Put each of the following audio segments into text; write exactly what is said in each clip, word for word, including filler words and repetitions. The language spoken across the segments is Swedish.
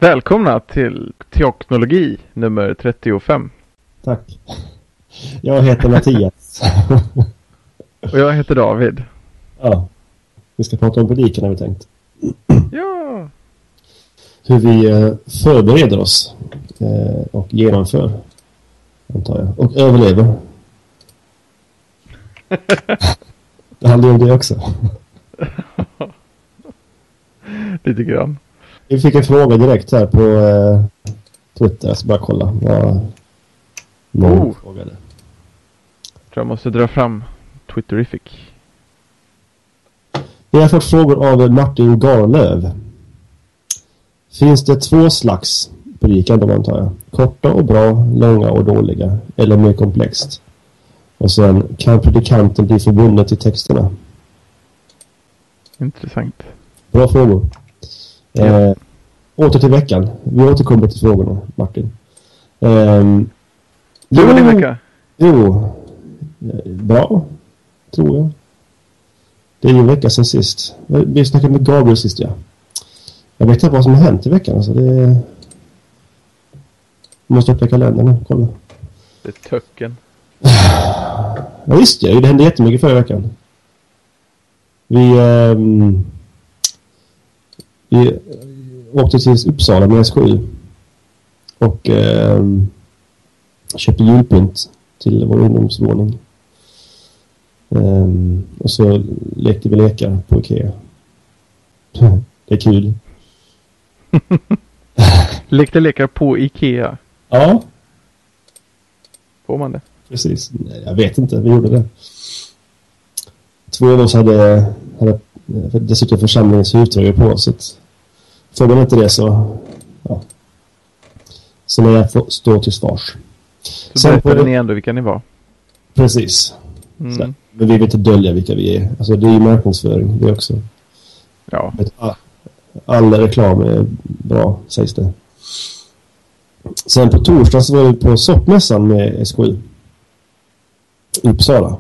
Välkomna till Teoknologi nummer trettiofem. Tack. Jag heter Mattias. Och jag heter David. Ja, vi ska prata om politiken har vi tänkt. Ja. Hur vi eh, förbereder oss eh, och genomför, antar jag. Och överlever. Det handlar ju om det också. Lite grann. Vi fick en fråga direkt här på eh, Twitter. Jag ska bara kolla vad någon Oh. frågade. Jag tror jag måste dra fram Twitterific. Vi har fått frågor av Martin Garlöv. Finns det två slags predikan, antar jag? Korta och bra, långa och dåliga. Eller mer komplext? Och sen, kan predikanten bli förbunden till texterna? Intressant. Bra frågor. Eh, åter till veckan. Vi återkommer till frågorna, Martin. Eh, Hur var din vecka? Jo, bra, tror jag. Det är ju en vecka sedan sist. Vi snackade med Gabriel sist, ja. Jag vet inte vad som har hänt i veckan. Alltså det är... Jag måste öppna kalendern nu, kolla. Det är töcken. Ja, visst, ja. Det hände jättemycket förra veckan. Vi... Um... Vi åkte till Uppsala med S K U och eh, köpte julpynt till vår ungdomsvåning. Eh, och så lekte vi lekar på Ikea. Det är kul. Lekte lekar på Ikea. Ja. Får man det? Precis. Nej, jag vet inte, vi gjorde det. Två av oss hade, hade dessutom församlingens huvudtröjor på oss. Så att får man inte det så... Ja. Så när jag får stå till svars. Så Sen berättade på, ni ändå vilka ni var. Precis. Mm. Så, men vi vill inte dölja vilka vi är. Alltså det är ju marknadsföring det också. Ja. All, all reklam är bra, sägs det. Sen på torsdag så var vi på soppmässan med S K U. I Uppsala.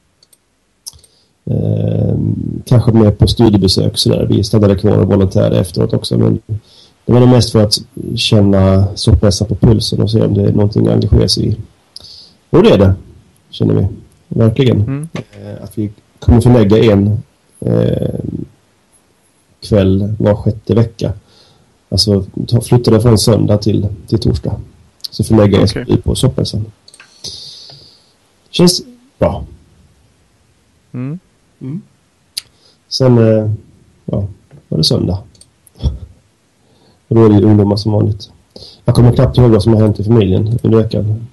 Eh, kanske med på studiebesök så där. Vi stannade kvar och volontärade efteråt också, men det var nog mest för att känna soppmässan på pulsen och se om det är någonting att engagera sig i. Och det är det, känner vi verkligen. Mm. Eh, att vi kommer förlägga en eh, kväll var sjätte vecka. Alltså ta, flytta det från söndag till, till torsdag. Så förlägga okay. S K U på soppmässan. Känns bra. Mm. Mm. Sen eh, ja, var det söndag. Och då är det ju ungdomar som vanligt. Jag kommer knappt ihåg vad som har hänt i familjen under veckan.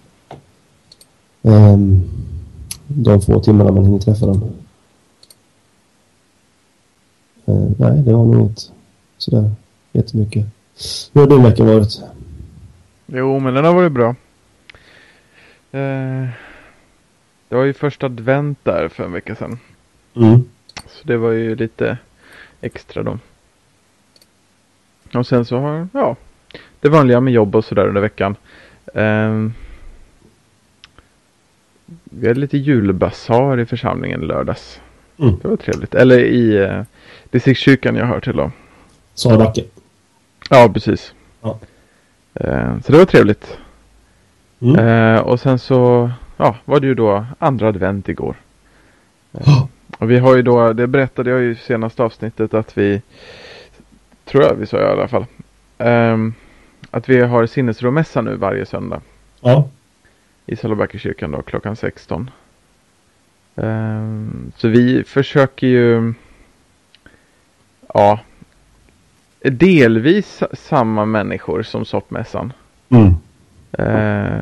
Um, de få timmarna man hinner träffa dem. Uh, nej, det var nog inte sådär jättemycket. Hur har din vecka varit? Jo, men den har varit bra. Eh, det var ju första advent där för en vecka sedan. Mm. Så det var ju lite extra då. Och sen så har, ja, det vanliga med jobb och sådär under veckan. Um, vi hade lite julbasar i församlingen lördags. Mm. Det var trevligt. Eller i uh, distriktskyrkan jag hör till då. Salbacke. Ja, precis. Ja. Uh, så det var trevligt. Mm. Uh, och sen så, ja, var det ju då andra advent igår. Uh, och vi har ju då, det berättade jag ju i senaste avsnittet att vi, tror jag vi sa i alla fall, um, att vi har sinnesromässa nu varje söndag. Ja. I Salbackekyrkan då klockan sexton. Um, så vi försöker ju, ja, delvis samma människor som soppmässan. Mm. Uh,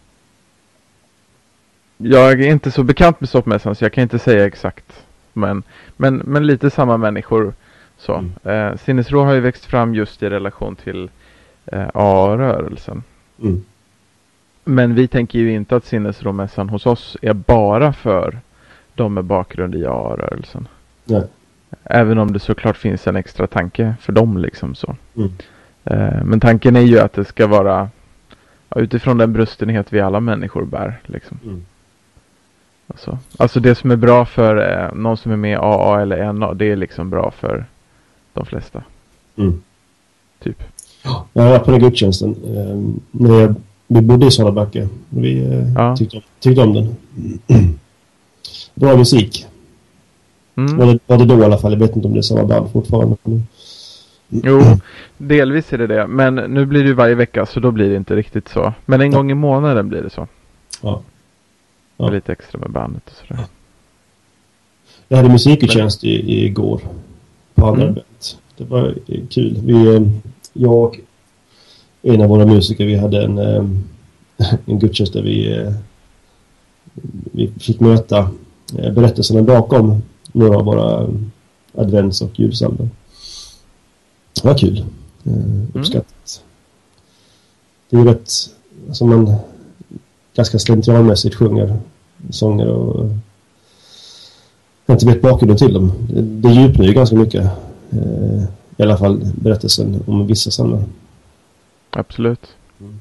jag är inte så bekant med soppmässan så jag kan inte säga exakt. Men, men, men lite samma människor. Så. Mm. Uh, sinnesro har ju växt fram just i relation till uh, A-rörelsen. Mm. Men vi tänker ju inte att sinnesromässan hos oss är bara för de med bakgrund i A-rörelsen. Nej. Även om det såklart finns en extra tanke för dem liksom så. Mm. Uh, men tanken är ju att det ska vara ja, utifrån den brustenhet vi alla människor bär liksom. Mm. Alltså, alltså det som är bra för eh, någon som är med i A A eller N A, det är liksom bra för de flesta. Mm. Typ. Jag var på den gudstjänsten. Eh, när jag, vi bodde i Salabacka. Vi eh, ja. tyckte, tyckte om den. Bra musik. Mm. Var, det, var det då i alla fall. Jag vet inte om det är samma band fortfarande. Jo, delvis är det det. Men nu blir det ju varje vecka, så då blir det inte riktigt så. Men en ja. gång i månaden blir det så. Ja. ja. Lite extra med bandet och sådär. Jag hade musikutjänst i, i igår. På andra mm. event. Det var kul. Vi, jag och en av våra musiker, vi hade en, en gudstjänst där vi, vi fick möta berättelserna bakom några av våra advents- och julsalmer. Det var kul. Uppskattat. Mm. Det är ju rätt som man ganska slentrianmässigt sjunger sånger och jag inte vet bakgrunden till dem. Det, det djupnar ju ganska mycket. Eh, I alla fall berättelsen om vissa salmer. Absolut. Mm.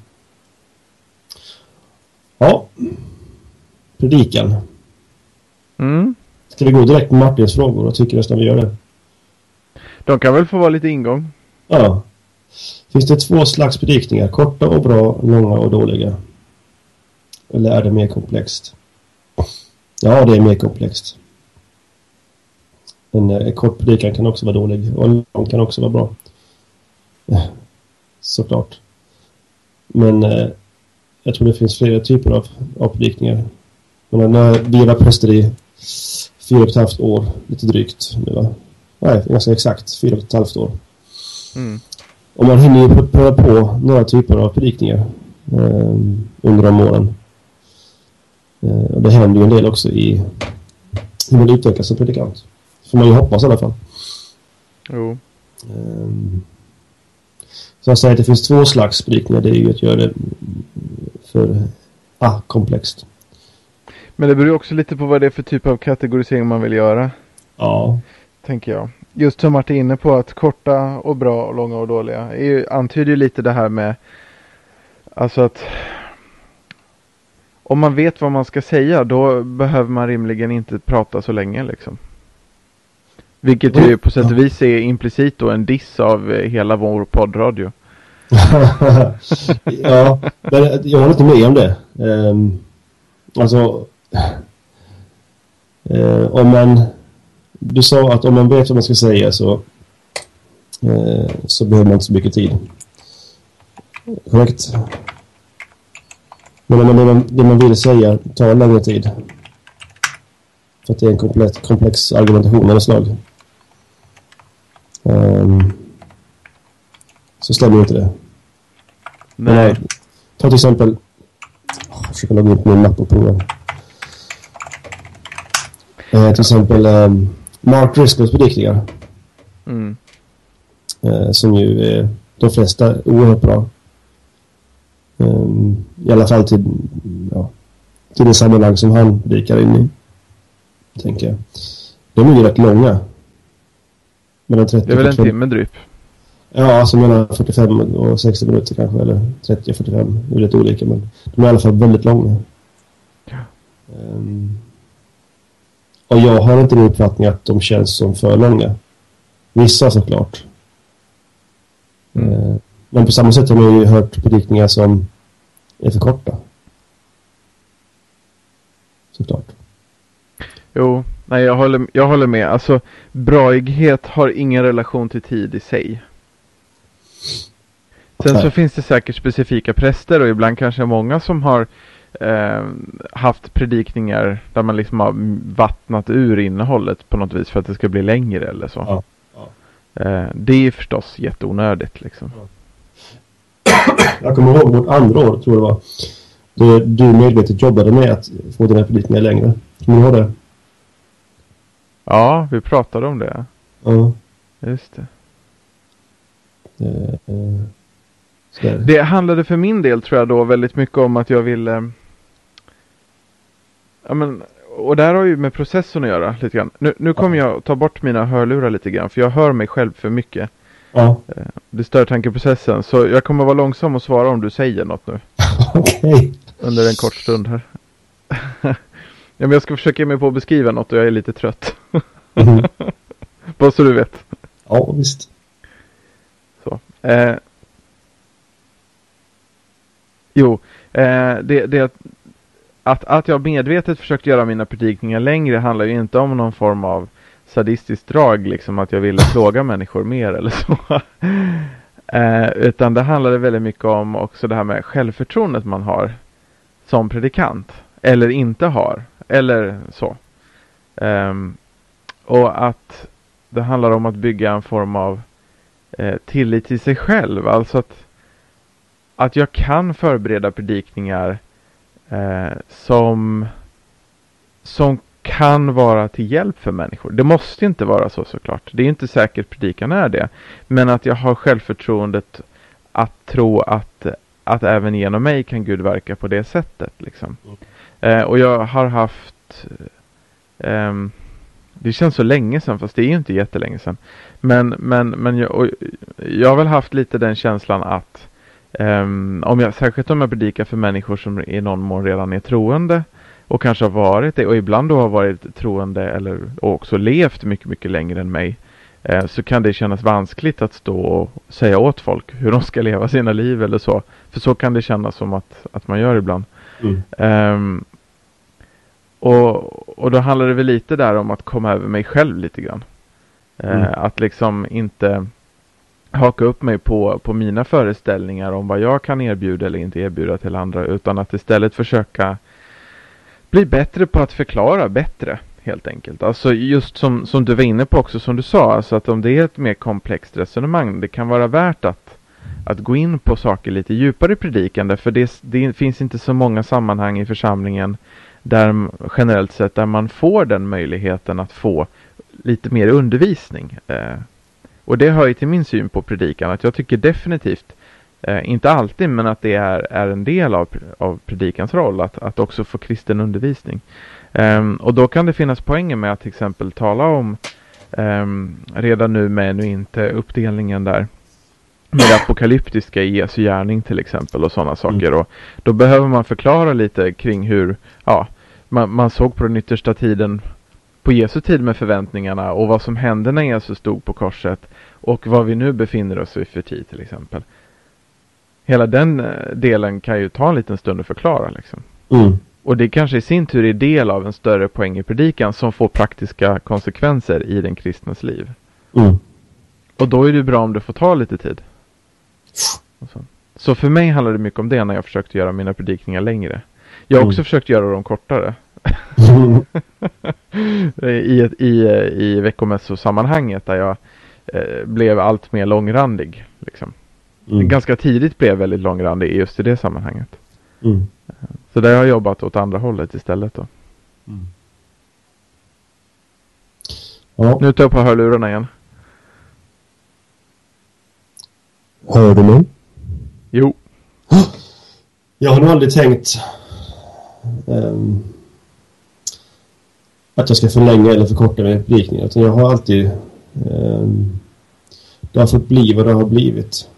Ja. Predikan. Mm. Ska vi gå direkt på Martins frågor? Jag tycker nästan vi gör det. De kan väl få vara lite ingång. Ja. Finns det två slags predikningar? Korta och bra, långa och dåliga? Eller är det mer komplext? Ja, det är mer komplext. En eh, kort predikan kan också vara dålig. Och en lång kan också vara bra. Eh, såklart. Men eh, jag tror det finns flera typer av, av predikningar. Men när vi var präster i fyra och ett halvt år, lite drygt. Va? Nej, ganska exakt. Fyra och ett halvt år. Mm. Och man hinner ju pröva på några typer av predikningar eh, under de åren. Eh, och det händer ju en del också i hur man utvecklas som predikant. Får man ju hoppas i alla fall. Jo. Um, så jag säger att det finns två slags predikningar. Det är ju att göra det för ah, komplext. Men det beror ju också lite på vad det är för typ av kategorisering man vill göra. Ja. Tänker jag. Just som Martin är inne på att korta och bra och långa och dåliga är ju, antyder ju lite det här med alltså att om man vet vad man ska säga då behöver man rimligen inte prata så länge liksom. Vilket ju på sätt och vis är implicit då en diss av hela vår poddradio. Ja, men jag håller inte med om det. Um, alltså, uh, om man, du sa att om man vet vad man ska säga så, uh, så behöver man inte så mycket tid. Korrekt. Men om man, det, man, det man vill säga tar längre tid. För att det är en komplex, komplex argumentation av slag. Um, så stämmer inte det. Nej. Men, ta till exempel oh, jag försöker logga in på min mapp och prova. Uh, till exempel um, Mark Driscolls predikningar. Mm. Uh, som ju är de flesta oerhört bra. Um, I alla fall till, ja, till det sammanhang som han predikar in i. Tänker jag. De är ju rätt långa. trettio, det är väl en timme dryp? Ja, alltså mellan fyrtiofem och sextio minuter kanske. Eller trettio och fyrtiofem. Det är lite olika, men de är i alla fall väldigt långa. Ja. Um, och jag har inte den uppfattningen att de känns som för långa. Vissa såklart. Mm. Uh, men på samma sätt har man ju hört predikningar som är för korta. Såklart. Jo, nej jag håller, jag håller med. Alltså, braighet har ingen relation till tid i sig. Sen nej. Så finns det säkert specifika präster och ibland kanske många som har eh, haft predikningar där man liksom har vattnat ur innehållet på något vis för att det ska bli längre eller så. Ja. Ja. Eh, det är förstås jätteonödigt liksom. Ja. Jag kommer ihåg vårt andra år, tror jag det var. Då du medvetet jobbade med att få den här predikningen längre. Kommer du ihåg det? Ja, vi pratade om det. Ja. Just det. Eh, eh, det handlade för min del tror jag då väldigt mycket om att jag ville ja men, och där har ju med processen att göra lite grann. Nu, nu kommer jag ta bort mina hörlurar lite grann för jag hör mig själv för mycket. Ja. Det stör tankeprocessen. Så jag kommer vara långsam och svara om du säger något nu. Okej. Okay. Under en kort stund här. Ja, men jag ska försöka ge mig på att beskriva något och jag är lite trött. Mm. Bara så du vet. Ja, visst. Så. Eh, Jo, eh, det, det att, att jag medvetet försökt göra mina predikningar längre handlar ju inte om någon form av sadistiskt drag, liksom att jag ville plåga människor mer eller så. eh, utan det handlade väldigt mycket om också det här med självförtroendet man har som predikant. Eller inte har. Eller så. Um, och att det handlar om att bygga en form av eh, tillit till sig själv. Alltså att, att jag kan förbereda predikningar eh, som, som kan vara till hjälp för människor. Det måste inte vara så såklart. Det är inte säkert predikan är det. Men att jag har självförtroendet att tro att, att även genom mig kan Gud verka på det sättet. Liksom. Mm. Eh, och jag har haft... Eh, det känns så länge sedan, fast det är ju inte jättelänge sedan. Men, men, men jag, och, jag har väl haft lite den känslan att um, om jag, särskilt om jag predikar för människor som i någon mån redan är troende och kanske har varit det, och ibland då har varit troende eller och också levt mycket, mycket längre än mig, eh, så kan det kännas vanskligt att stå och säga åt folk hur de ska leva sina liv eller så. För så kan det kännas som att, att man gör ibland. Mm. Um, Och, och då handlar det väl lite där om att komma över mig själv lite grann. Mm. Eh, att liksom inte haka upp mig på, på mina föreställningar om vad jag kan erbjuda eller inte erbjuda till andra. Utan att istället försöka bli bättre på att förklara bättre helt enkelt. Alltså just som, som du var inne på också, som du sa. Alltså att om det är ett mer komplext resonemang, det kan vara värt att, att gå in på saker lite djupare i predikande. För det, det finns inte så många sammanhang i församlingen där generellt sett där man får den möjligheten att få lite mer undervisning. Eh, och det hör ju till min syn på predikan, att jag tycker definitivt, eh, inte alltid, men att det är, är en del av, av predikans roll att, att också få kristen undervisning. Eh, och då kan det finnas poänger med att till exempel tala om eh, redan nu med nu inte uppdelningen där med det apokalyptiska i Jesu gärning till exempel och sådana saker. Mm. Och då behöver man förklara lite kring hur ja, man, man såg på den yttersta tiden på Jesu tid med förväntningarna och vad som hände när Jesus stod på korset och vad vi nu befinner oss i för tid till exempel. Hela den delen kan ju ta en liten stund att förklara liksom. Mm. Och det kanske i sin tur är del av en större poäng i predikan som får praktiska konsekvenser i den kristnas liv. Mm. Och då är det bra om det får ta lite tid. Så. så för mig handlar det mycket om det när jag försökte göra mina predikningar längre. Jag har mm. också försökt göra dem kortare. Mm. I, ett, i, i veckomässosammanhanget där jag eh, blev allt mer långrandig. Liksom. Mm. Ganska tidigt blev jag väldigt långrandig just i det sammanhanget. Mm. Så där har jag jobbat åt andra hållet istället då. Mm. Ja. Nu tar jag på hörlurarna igen. Hör du mig? Jo. Jag har nog aldrig tänkt um, att jag ska förlänga eller förkorta min predikning. Utan jag har alltid um, det har fått bli vad det har blivit.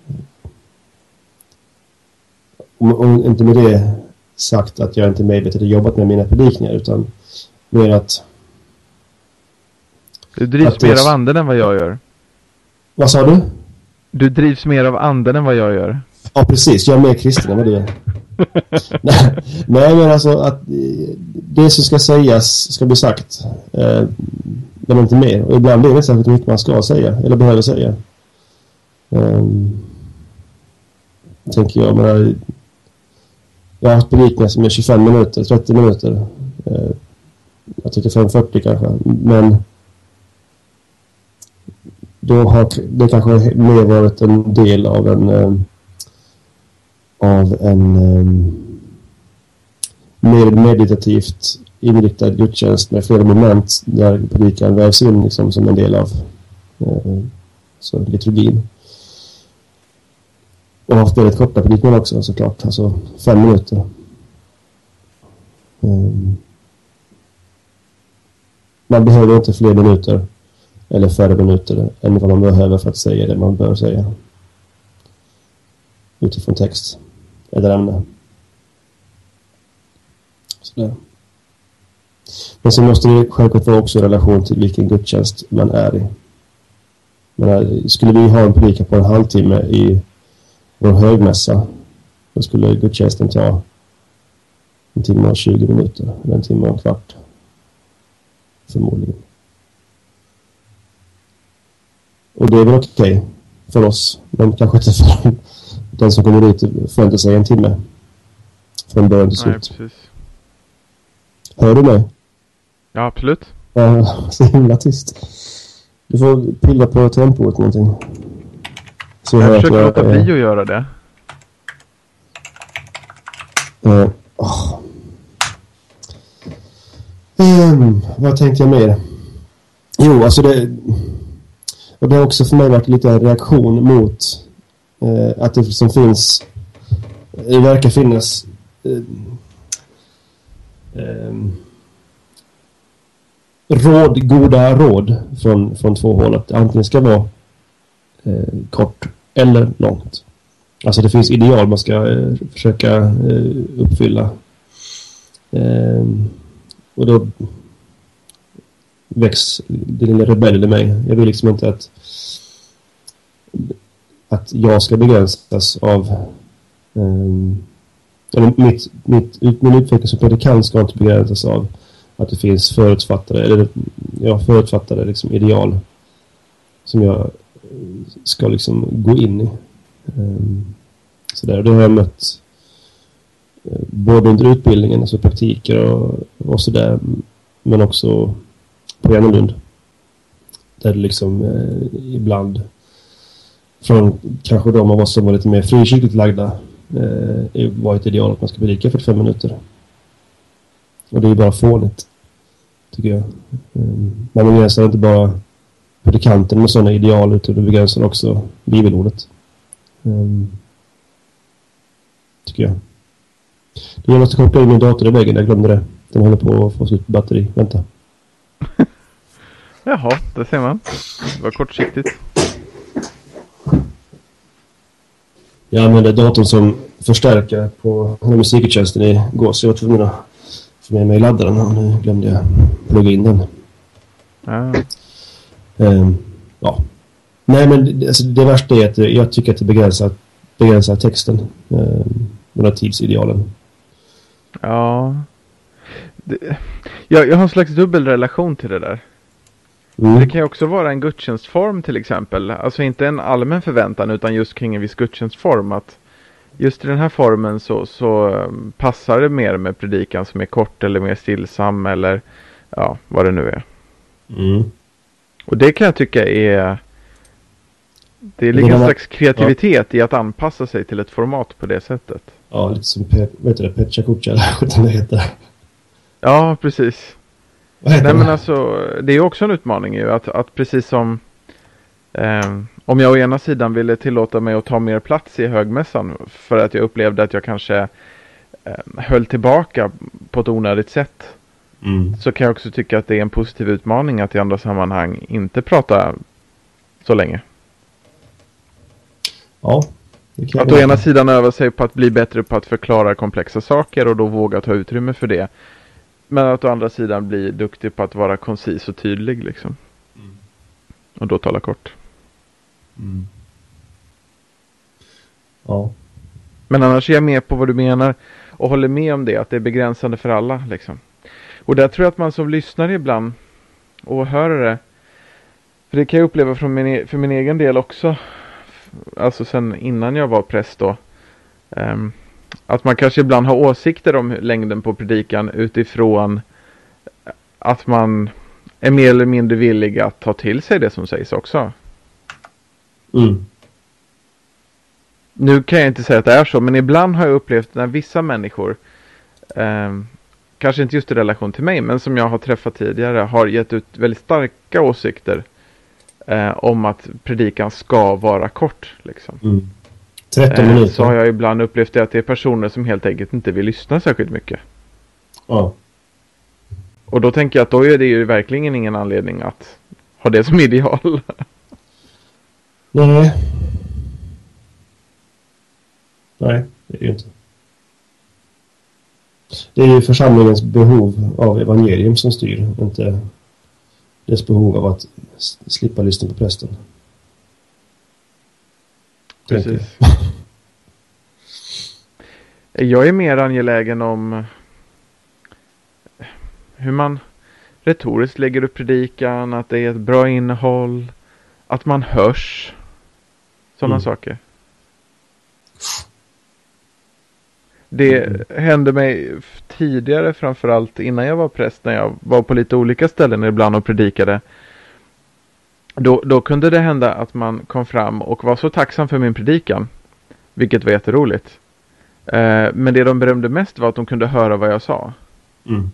Och, och inte med det sagt att jag inte medvetet har jobbat med mina predikningar, utan mer att du drivs att mer jag... av anden än vad jag gör. Vad sa du? Du drivs mer av anden än vad jag gör. Ja, precis. Jag är mer kristen än vad du är. nej, nej, men alltså att det som ska sägas ska bli sagt. Eh, men inte mer. Och ibland är det särskilt mycket man ska säga. Eller behöver säga. Eh, tänker jag. Men jag har haft predikningar som är tjugofem minuter, trettio minuter. Eh, jag tycker fem fyrtio kanske. Men då har det kanske mer varit en del av en eh, av en eh, mer meditativt inriktad gudstjänst med flera moment där predikan vävs in liksom, som en del av eh, så, liturgin. Och har haft väldigt korta predikningar också såklart, alltså fem minuter. Eh, man behöver inte fler minuter eller färre minuter än vad man behöver för att säga det man bör säga. Utifrån text eller ämne. Sådär. Men så måste det självklart vara också i relation till vilken gudstjänst man är i. Men skulle vi ha en predikan på en halvtimme i vår högmässa, då skulle gudstjänsten ta en timme och tjugo minuter. Eller en timme och en kvart. Förmodligen. Och det är väl okej okay för oss. Men kanske inte för den som kommer dit och förväntar sig en timme. Från början till slut. Nej, precis. Hör du mig? Ja, absolut. Ja, så himla tyst. Du får pilla på tempot någonting. Så jag jag försöker jag, låta äh, bli att göra det. Äh, oh. um, vad tänkte jag mer? Jo, alltså det... Och det har också för mig varit lite en reaktion mot eh, att det som finns... Det verkar finnas... Eh, eh, råd, goda råd från, från två håll. Att antingen ska vara eh, kort eller långt. Alltså det finns ideal man ska eh, försöka eh, uppfylla. Eh, och då väcks det lilla rebellen i mig. Jag vill liksom inte att att jag ska begränsas av eh, eller mitt, mitt, min utveckling som predikant ska inte begränsas av att det finns förutfattade eller ja, förutfattade liksom ideal som jag ska liksom gå in i. Um, så där. Det har jag mött uh, både under utbildningen, alltså praktiker och, och sådär, men också på Järnelund. Där det liksom uh, ibland från kanske de av oss som var lite mer frikyrkligt lagda uh, var ett ideal att man ska predika fyrtiofem minuter. Och det är ju bara fånigt, tycker jag. Um, man begränsar inte bara predikanten med sådana ideal, utan det begränsar också bibelordet. Um, tycker jag. Jag måste koppla in min dator i väggen, jag glömde det. Den håller på att få slut batteri. Vänta. Jaha, det ser man. Det var kortsiktigt. Jag använde datorn som förstärkare på musiktjänsten igår, så jag var tvungen att få med mig laddaren och nu glömde jag plugga in den. Ah. Um, ja. Nej, men alltså, det värsta är att jag tycker att det begränsar, begränsar texten. Um, den här tidsidealen. Ja. Det, jag, jag har en slags dubbel relation till det där. Mm. Det kan ju också vara en gudstjänstform till exempel. Alltså inte en allmän förväntan utan just kring en viss gudstjänstform. Att just i den här formen så, så passar det mer med predikan som är kort eller mer stillsam eller ja, vad det nu är. Mm. Och det kan jag tycka är det ligger en slags kreativitet ja. i att anpassa sig till ett format på det sättet. Ja, lite som pe- vet du det, Pecha Kucha eller vad det heter. Ja, precis. Vad heter Nej, det? men alltså, det är också en utmaning ju att, att precis som eh, om jag å ena sidan ville tillåta mig att ta mer plats i högmässan för att jag upplevde att jag kanske eh, höll tillbaka på ett onödigt sätt. Mm. Så kan jag också tycka att det är en positiv utmaning att i andra sammanhang inte prata så länge. Ja. Att å ena sidan öva sig på att bli bättre på att förklara komplexa saker och då våga ta utrymme för det. Men att å andra sidan bli duktig på att vara koncis och tydlig liksom. Mm. Och då tala kort. Mm. Ja. Men annars är jag med på vad du menar och håller med om det, att det är begränsande för alla liksom. Och där tror jag att man som lyssnar ibland och hör det, för det kan jag uppleva från min, för min egen del också, alltså sen innan jag var präst då, um, att man kanske ibland har åsikter om längden på predikan utifrån att man är mer eller mindre villig att ta till sig det som sägs också. Mm. Nu kan jag inte säga att det är så, men ibland har jag upplevt när vissa människor um, kanske inte just i relation till mig, men som jag har träffat tidigare har gett ut väldigt starka åsikter eh, om att predikan ska vara kort. Liksom. Mm. tretton minuter. Eh, så har jag ibland upplevt det att det är personer som helt enkelt inte vill lyssna särskilt mycket. Ja. Och då tänker jag att då är det ju verkligen ingen anledning att ha det som ideal. Nej. Nej, det är ju inte. Det är ju församlingens behov av evangelium som styr, inte dess behov av att slippa lyssna på prästen. Precis. Jag är mer angelägen om hur man retoriskt lägger upp predikan, att det är ett bra innehåll, att man hörs. Sådana mm. saker. Det mm. hände mig tidigare, framförallt innan jag var präst, när jag var på lite olika ställen ibland och predikade. Då, då kunde det hända att man kom fram och var så tacksam för min predikan, vilket var jätteroligt. Eh, men det de berömde mest var att de kunde höra vad jag sa. Mm.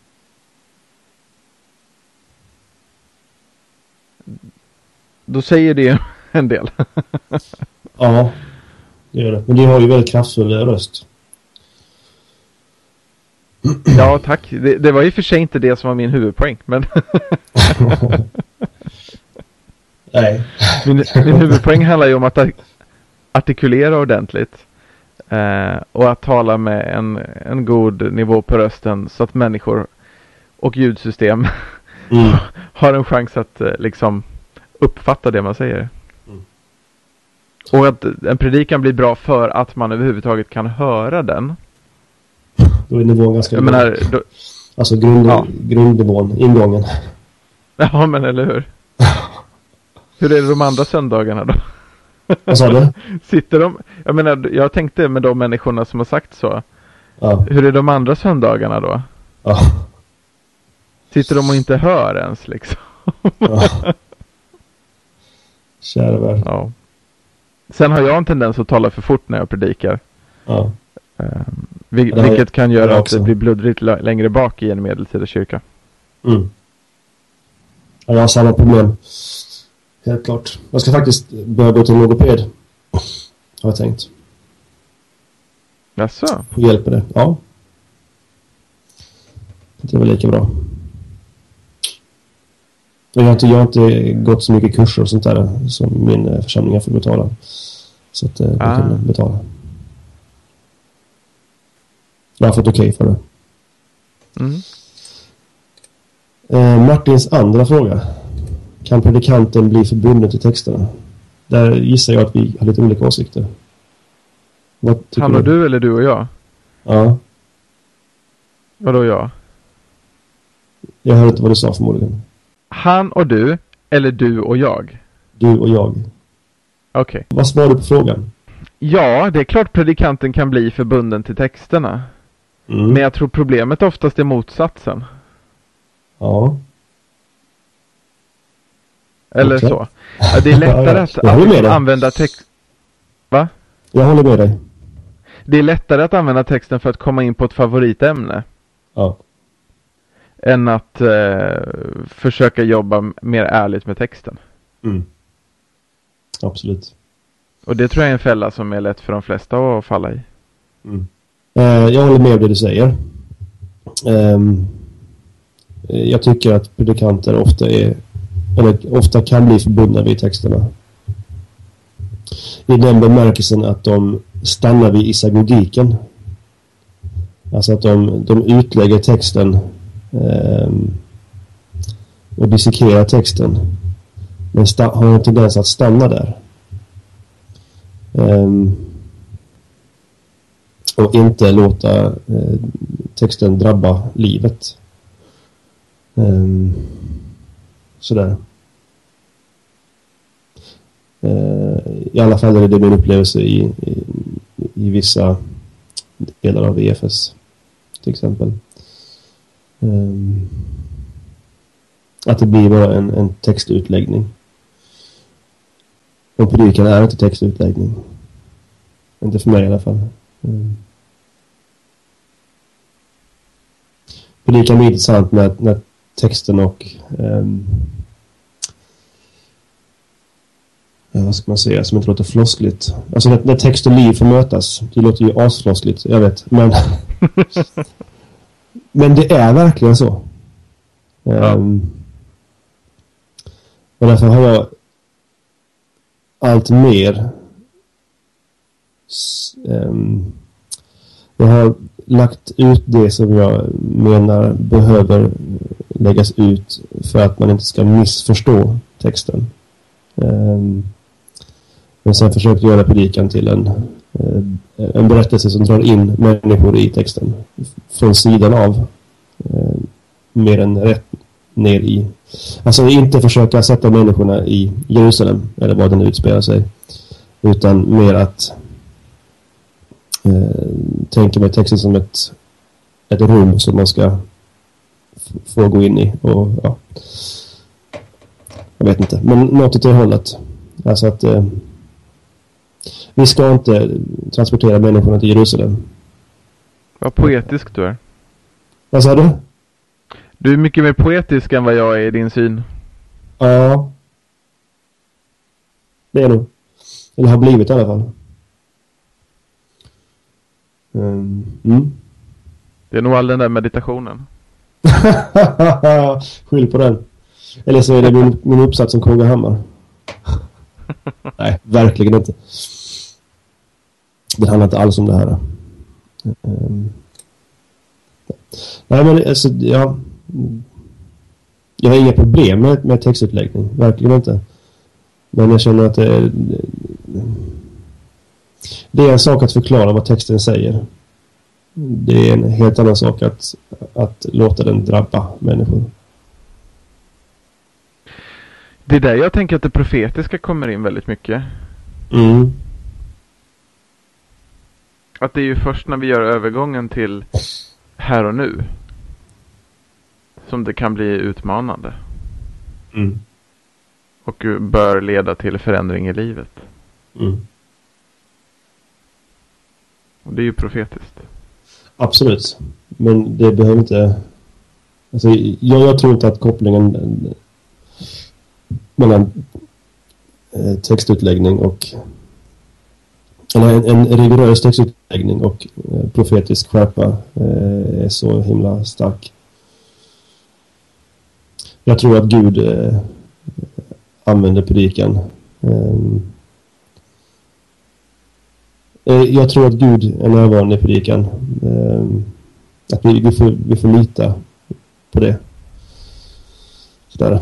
Då säger det en del. Ja, det gör det. Men du har ju väldigt kraftfull röst. Ja, tack. Det, det var i och för sig inte det som var min huvudpoäng, men Nej. Min, min huvudpoäng handlar ju om att artikulera ordentligt eh, och att tala med en, en god nivå på rösten så att människor och ljudsystem mm. har en chans att eh, liksom uppfatta det man säger. Mm. Och att en predikan blir bra för att man överhuvudtaget kan höra den. Då är nivån ganska Jag menar, då, alltså grund, ja. grundnivån, ingången. Ja, men eller hur? Hur är det de andra söndagarna då? Vad sa du? Sitter de, jag menar, jag tänkte med de människorna som har sagt så. Ja. Hur är de andra söndagarna då? Ja. Sitter de och inte hör ens liksom? Ja. Kära värld. Ja. Sen har jag en tendens att tala för fort när jag predikar. Ja. Um, vil- det vilket kan göra det att det blir bloddrigt l- längre bak i en medeltida kyrka. Mm. Ja, jag har samma problem. Helt klart. Jag ska faktiskt börja gå till logoped. Har jag tänkt. Jaså? Hur hjälper det? Ja. Det var lika bra. Jag har, inte, jag har inte gått så mycket kurser och sånt där som min församling får betala. Så att jag ah. kan betala. Jag har fått okej okay för det. Mm. Eh, Martins andra fråga. Kan predikanten bli förbunden till texterna? Där gissar jag att vi har lite olika åsikter. Han och du? du eller du och jag? Ja. Vadå jag? Jag hörde inte vad du sa förmodligen. Han och du eller du och jag? Du och jag. Okej. Okay. Vad svarar du på frågan? Ja, det är klart predikanten kan bli förbunden till texterna. Mm. Men jag tror problemet oftast är motsatsen. Ja. Eller okay. så. Ja, det är lättare att, att använda text... Va? Jag håller med dig. Det är lättare att använda texten för att komma in på ett favoritämne. Ja. Än att eh, försöka jobba mer ärligt med texten. Mm. Absolut. Och det tror jag är en fälla som är lätt för de flesta att falla i. Mm. Uh, jag håller med om det du säger. Um, jag tycker att predikanter ofta är eller ofta kan bli förbundna vid texterna. I den bemärkelsen att de stannar vid isagogiken. Alltså att de, de utlägger texten um, och dissekerar texten. Men sta- har en tendens att stanna där. Um, och inte låta eh, texten drabba livet. Um, sådär. Uh, I alla fall är det min upplevelse i, i, i vissa delar av E F S till exempel. Um, att det blir bara en, en textutläggning. Och predikan är inte textutläggning. Inte för mig i alla fall. Mm. Predikan blir intressant när, när texten och um, ja, vad ska man säga som inte låter floskligt. Alltså när, när text och liv får mötas. Det låter ju asfloskligt, jag vet. Men, men det är verkligen så. Um, ja. Och därför har jag allt mer um, jag har lagt ut det som jag menar behöver läggas ut för att man inte ska missförstå texten. Um, men sen försökt göra predikan till en eh, en berättelse som drar in människor i texten från sidan av eh, mer än rätt ner i. Alltså inte försöka sätta människorna i Jerusalem eller var den utspelar sig, utan mer att eh, tänka med texten som ett, ett rum som man ska f- få gå in i. Och ja, jag vet inte, men något åt det hållet. Alltså att eh, vi ska inte transportera människorna till Jerusalem. Vad poetisk du är. Vad sa du? Du är mycket mer poetisk än vad jag är i din syn. Ja. Det är nog. Eller har blivit i alla fall. Um, mm. Det är nog all den där meditationen. Skyll på den. Eller så är det min, min uppsats som K G Hammar. Nej, verkligen inte. Det handlar inte alls om det här. Um, nej, men alltså, ja... Jag har inga problem med, med textutläggning. Verkligen inte. Men jag känner att det är, det är en sak att förklara vad texten säger. Det är en helt annan sak att, att låta den drabba människor. Det är där jag tänker att det profetiska kommer in väldigt mycket. Mm. Att det är ju först när vi gör övergången till här och nu som det kan bli utmanande. Mm. Och bör leda till förändring i livet. Mm. Och det är ju profetiskt. Absolut. Men det behöver inte... Alltså, jag, jag tror inte att kopplingen mellan eh, textutläggning och... Eller en, en rigorös textutläggning och eh, profetisk skärpa eh, är så himla stark. Jag tror att Gud eh, använder predikan. Eh, jag tror att Gud är närvarande i predikan. Eh, att vi, vi, får, vi får lita på det. Sådär.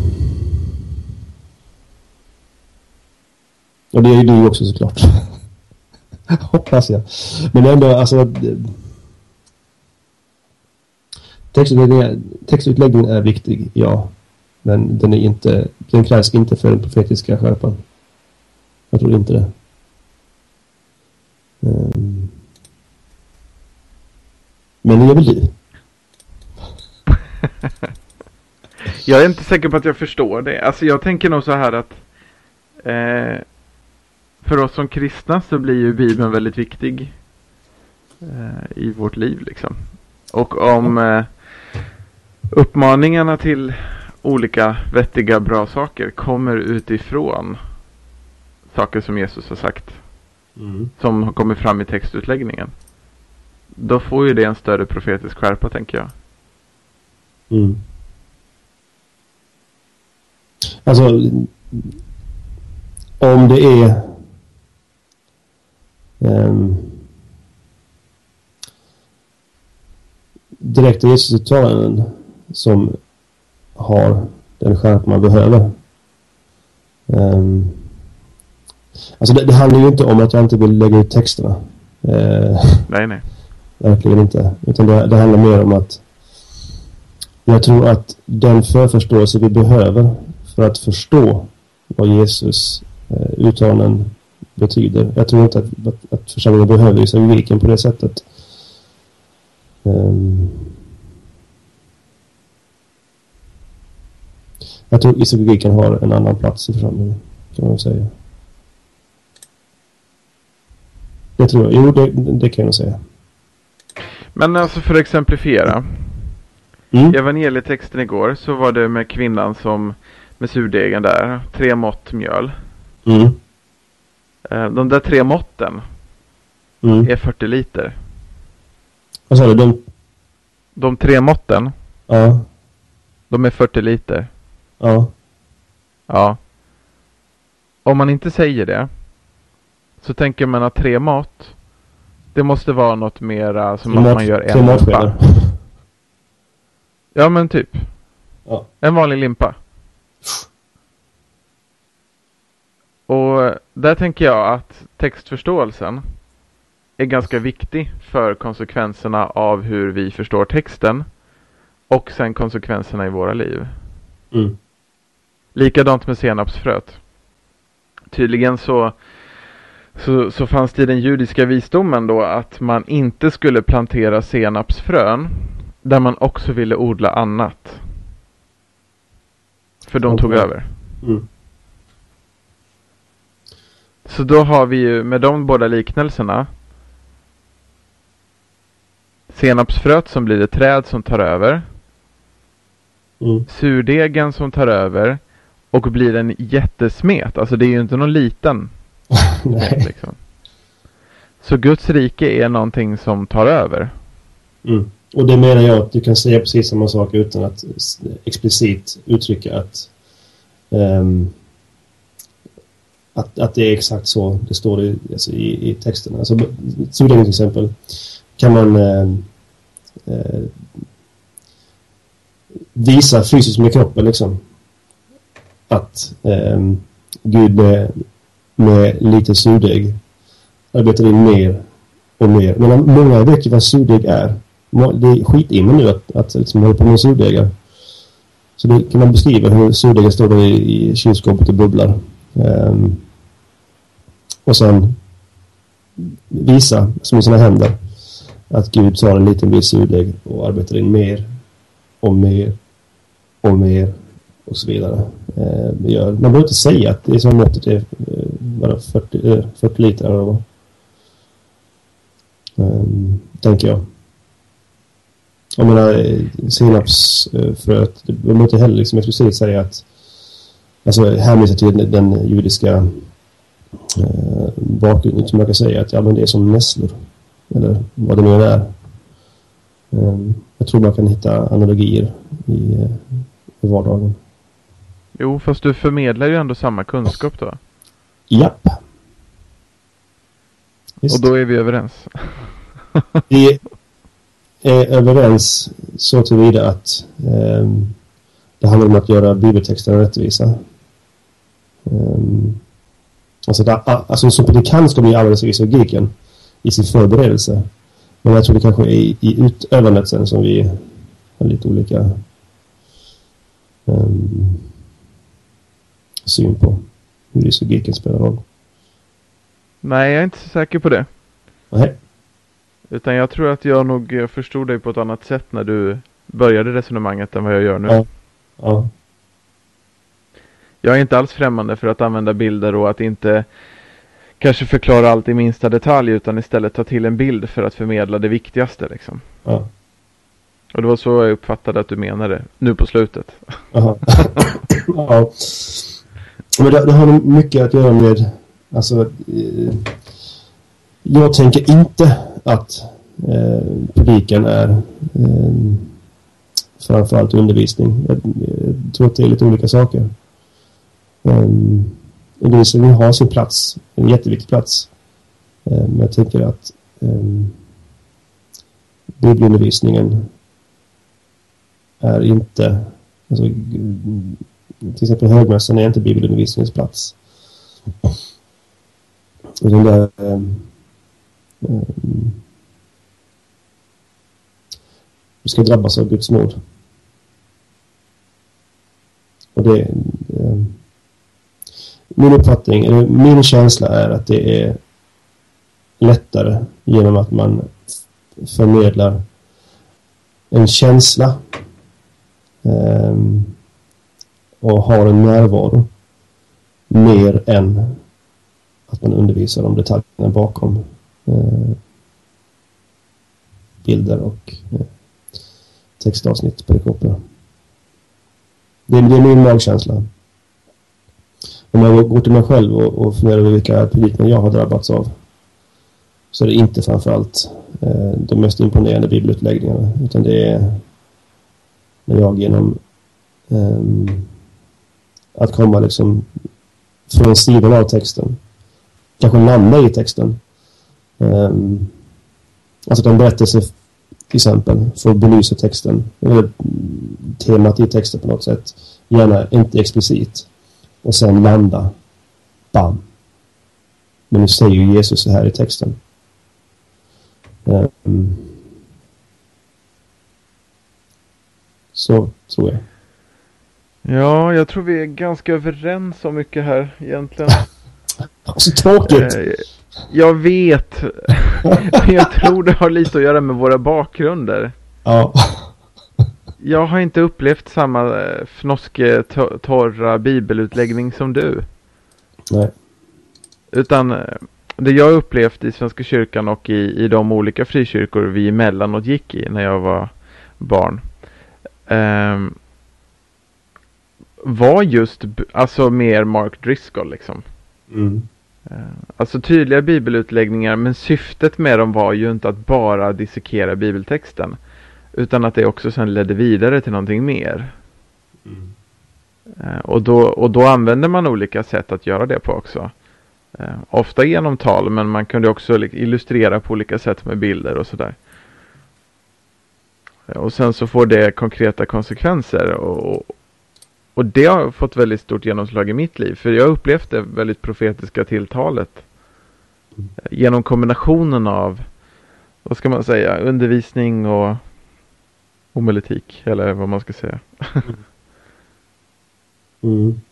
Och det är ju du också såklart. Hoppas jag. Men ändå, alltså... Textutläggningen, textutläggningen är viktig, ja. Men den är inte, den krävs inte för den profetiska skärpan. Jag tror inte det. Um, men det är väl du. Jag är inte säker på att jag förstår det. Alltså jag tänker nog så här att eh, för oss som kristna så blir ju Bibeln väldigt viktig eh, i vårt liv liksom. Och om eh, uppmaningarna till olika vettiga bra saker kommer utifrån saker som Jesus har sagt, mm. som har kommit fram i textutläggningen, då får ju det en större profetisk skärpa, tänker jag. Mm. Alltså om det är um, direkta Jesus-uttalanden som har den skärpa man behöver. Um, alltså det, det handlar ju inte om att jag inte vill lägga ut texterna. Uh, nej, nej. Verkligen inte. Utan det, det handlar mer om att jag tror att den förförståelse vi behöver för att förstå vad Jesus uh, uttalanden betyder. Jag tror inte att, att, att församlingen behöver isagogiken på det sättet. Um, jag tror isagogiken har en annan plats i församlingen, kan man säga. Det tror jag. Jo, det, det kan jag säga. Men alltså för att exemplifiera. Mm. I evangelietexten igår så var det med kvinnan som med surdegen där. Tre mått mjöl. Mm. De där tre måtten mm. är fyrtio liter. Vad sa du? De... de tre måtten? Ja. De är fyrtio liter. Ja. Ja. Om man inte säger det så tänker man att tre mått, det måste vara något mera som att man gör en limpa. Ja, men typ. Ja. En vanlig limpa. Och där tänker jag att textförståelsen är ganska viktig för konsekvenserna av hur vi förstår texten och sen konsekvenserna i våra liv. Mm. Likadant med senapsfröet. Tydligen så, så, så fanns det i den judiska visdomen då att man inte skulle plantera senapsfrön där man också ville odla annat. För de Okay. tog över. Mm. Så då har vi ju med de båda liknelserna senapsfröet som blir ett träd som tar över. Mm. Surdegen som tar över och blir en jättesmet. Alltså det är ju inte någon liten smet liksom. Så Guds rike är någonting som tar över. Mm. Och det menar jag att du kan säga precis samma sak utan att explicit uttrycka att um, att, att det är exakt så det står i, alltså i, i texten. Alltså, surdegen till exempel kan man uh, uh, visa fysiskt med kroppen liksom att um, Gud med, med lite surdeg arbetar in mer och mer. Men många vet ju vad surdeg är. Det är skit in nu att, att liksom hålla på med surdegar. Så det kan man beskriva hur surdegar står där i, i kylskåpet och bubblar. Um, och sen visa som i sina händer att Gud tar en liten bit surdeg och arbetar in mer och mer och mer och så vidare. Uh, det gör, man behöver inte säga att det är så måttet är uh, bara fyrtio, fyrtio liter eller vad. Um, tänker jag. Jag menar, senapsfröet, det behöver inte heller liksom explicit säga att, alltså hänvisa till den judiska eh, bakgrunden som man kan säga att ja, men det är som nässlor eller vad det nu är. Um, jag tror man kan hitta analogier i, eh, i vardagen. Jo, fast du förmedlar ju ändå samma kunskap då. Japp. Visst. Och då är vi överens. Vi är överens så tillvida att eh, det handlar om att göra bibeltexterna rättvisa. Um, alltså, det, alltså som det kan ska bli alldeles vis av Greken i sin förberedelse. Men jag tror det kanske är i, i utövandet sen som vi har lite olika um, syn på hur det så Greken spelar roll. Nej, jag är inte så säker på det. Nej. Utan jag tror att jag nog förstod dig på ett annat sätt när du började resonemanget än vad jag gör nu. Ja. Ja. Jag är inte alls främmande för att använda bilder och att inte kanske förklara allt i minsta detalj utan istället ta till en bild för att förmedla det viktigaste liksom. Ja. Och det var så jag uppfattade att du menade nu på slutet. Aha. Ja. Men det, det har nog mycket att göra med alltså eh, jag tänker inte att eh, predikan är eh, framförallt undervisning. Jag, jag tror att det är lite olika saker. Um, undervisningen har sin plats, en jätteviktig plats. Um, men jag tänker att um, bibelundervisningen är inte alltså, till exempel högmässan är inte bibelundervisningens plats. Och den där um, um, du ska drabbas av Guds nåd. Och det um, min uppfattning, eller min känsla är att det är lättare genom att man förmedlar en känsla um, och har en närvaro mer än att man undervisar om detaljerna bakom uh, bilder och uh, textavsnitt på perikoperna. Det är, det är min magkänsla. Om jag går till mig själv och, och funderar över vilka predikningar jag har drabbats av så är det inte framförallt eh, de mest imponerande bibelutläggningarna utan det är när jag genom eh, att komma liksom från sidan av texten kanske landa i texten eh, alltså den berättelse till exempel för att belysa texten eller temat i texten på något sätt gärna inte explicit och sen landa bam men nu säger ju Jesus så här i texten Um, så tror jag. Ja, jag tror vi är ganska överens om mycket här egentligen. Så tråkigt. Eh, jag vet. Jag tror det har lite att göra med våra bakgrunder. Ja. Jag har inte upplevt samma fnoske to- torra bibelutläggning som du. Nej. Utan det jag upplevt i Svenska kyrkan och i, i de olika frikyrkor vi emellanåt gick i när jag var barn. Eh, var just alltså mer Mark Driscoll liksom. Mm. Alltså tydliga bibelutläggningar, men syftet med dem var ju inte att bara dissekera bibeltexten, utan att det också sen ledde vidare till någonting mer. Mm. Och då, och då använder man olika sätt att göra det på också. Ofta genom tal, men man kunde också illustrera på olika sätt med bilder och sådär. Och sen så får det konkreta konsekvenser, och Och det har fått väldigt stort genomslag i mitt liv. För jag upplevde det väldigt profetiska tilltalet. Mm. Genom kombinationen av, vad ska man säga, undervisning och homiletik. Eller vad man ska säga. Mm.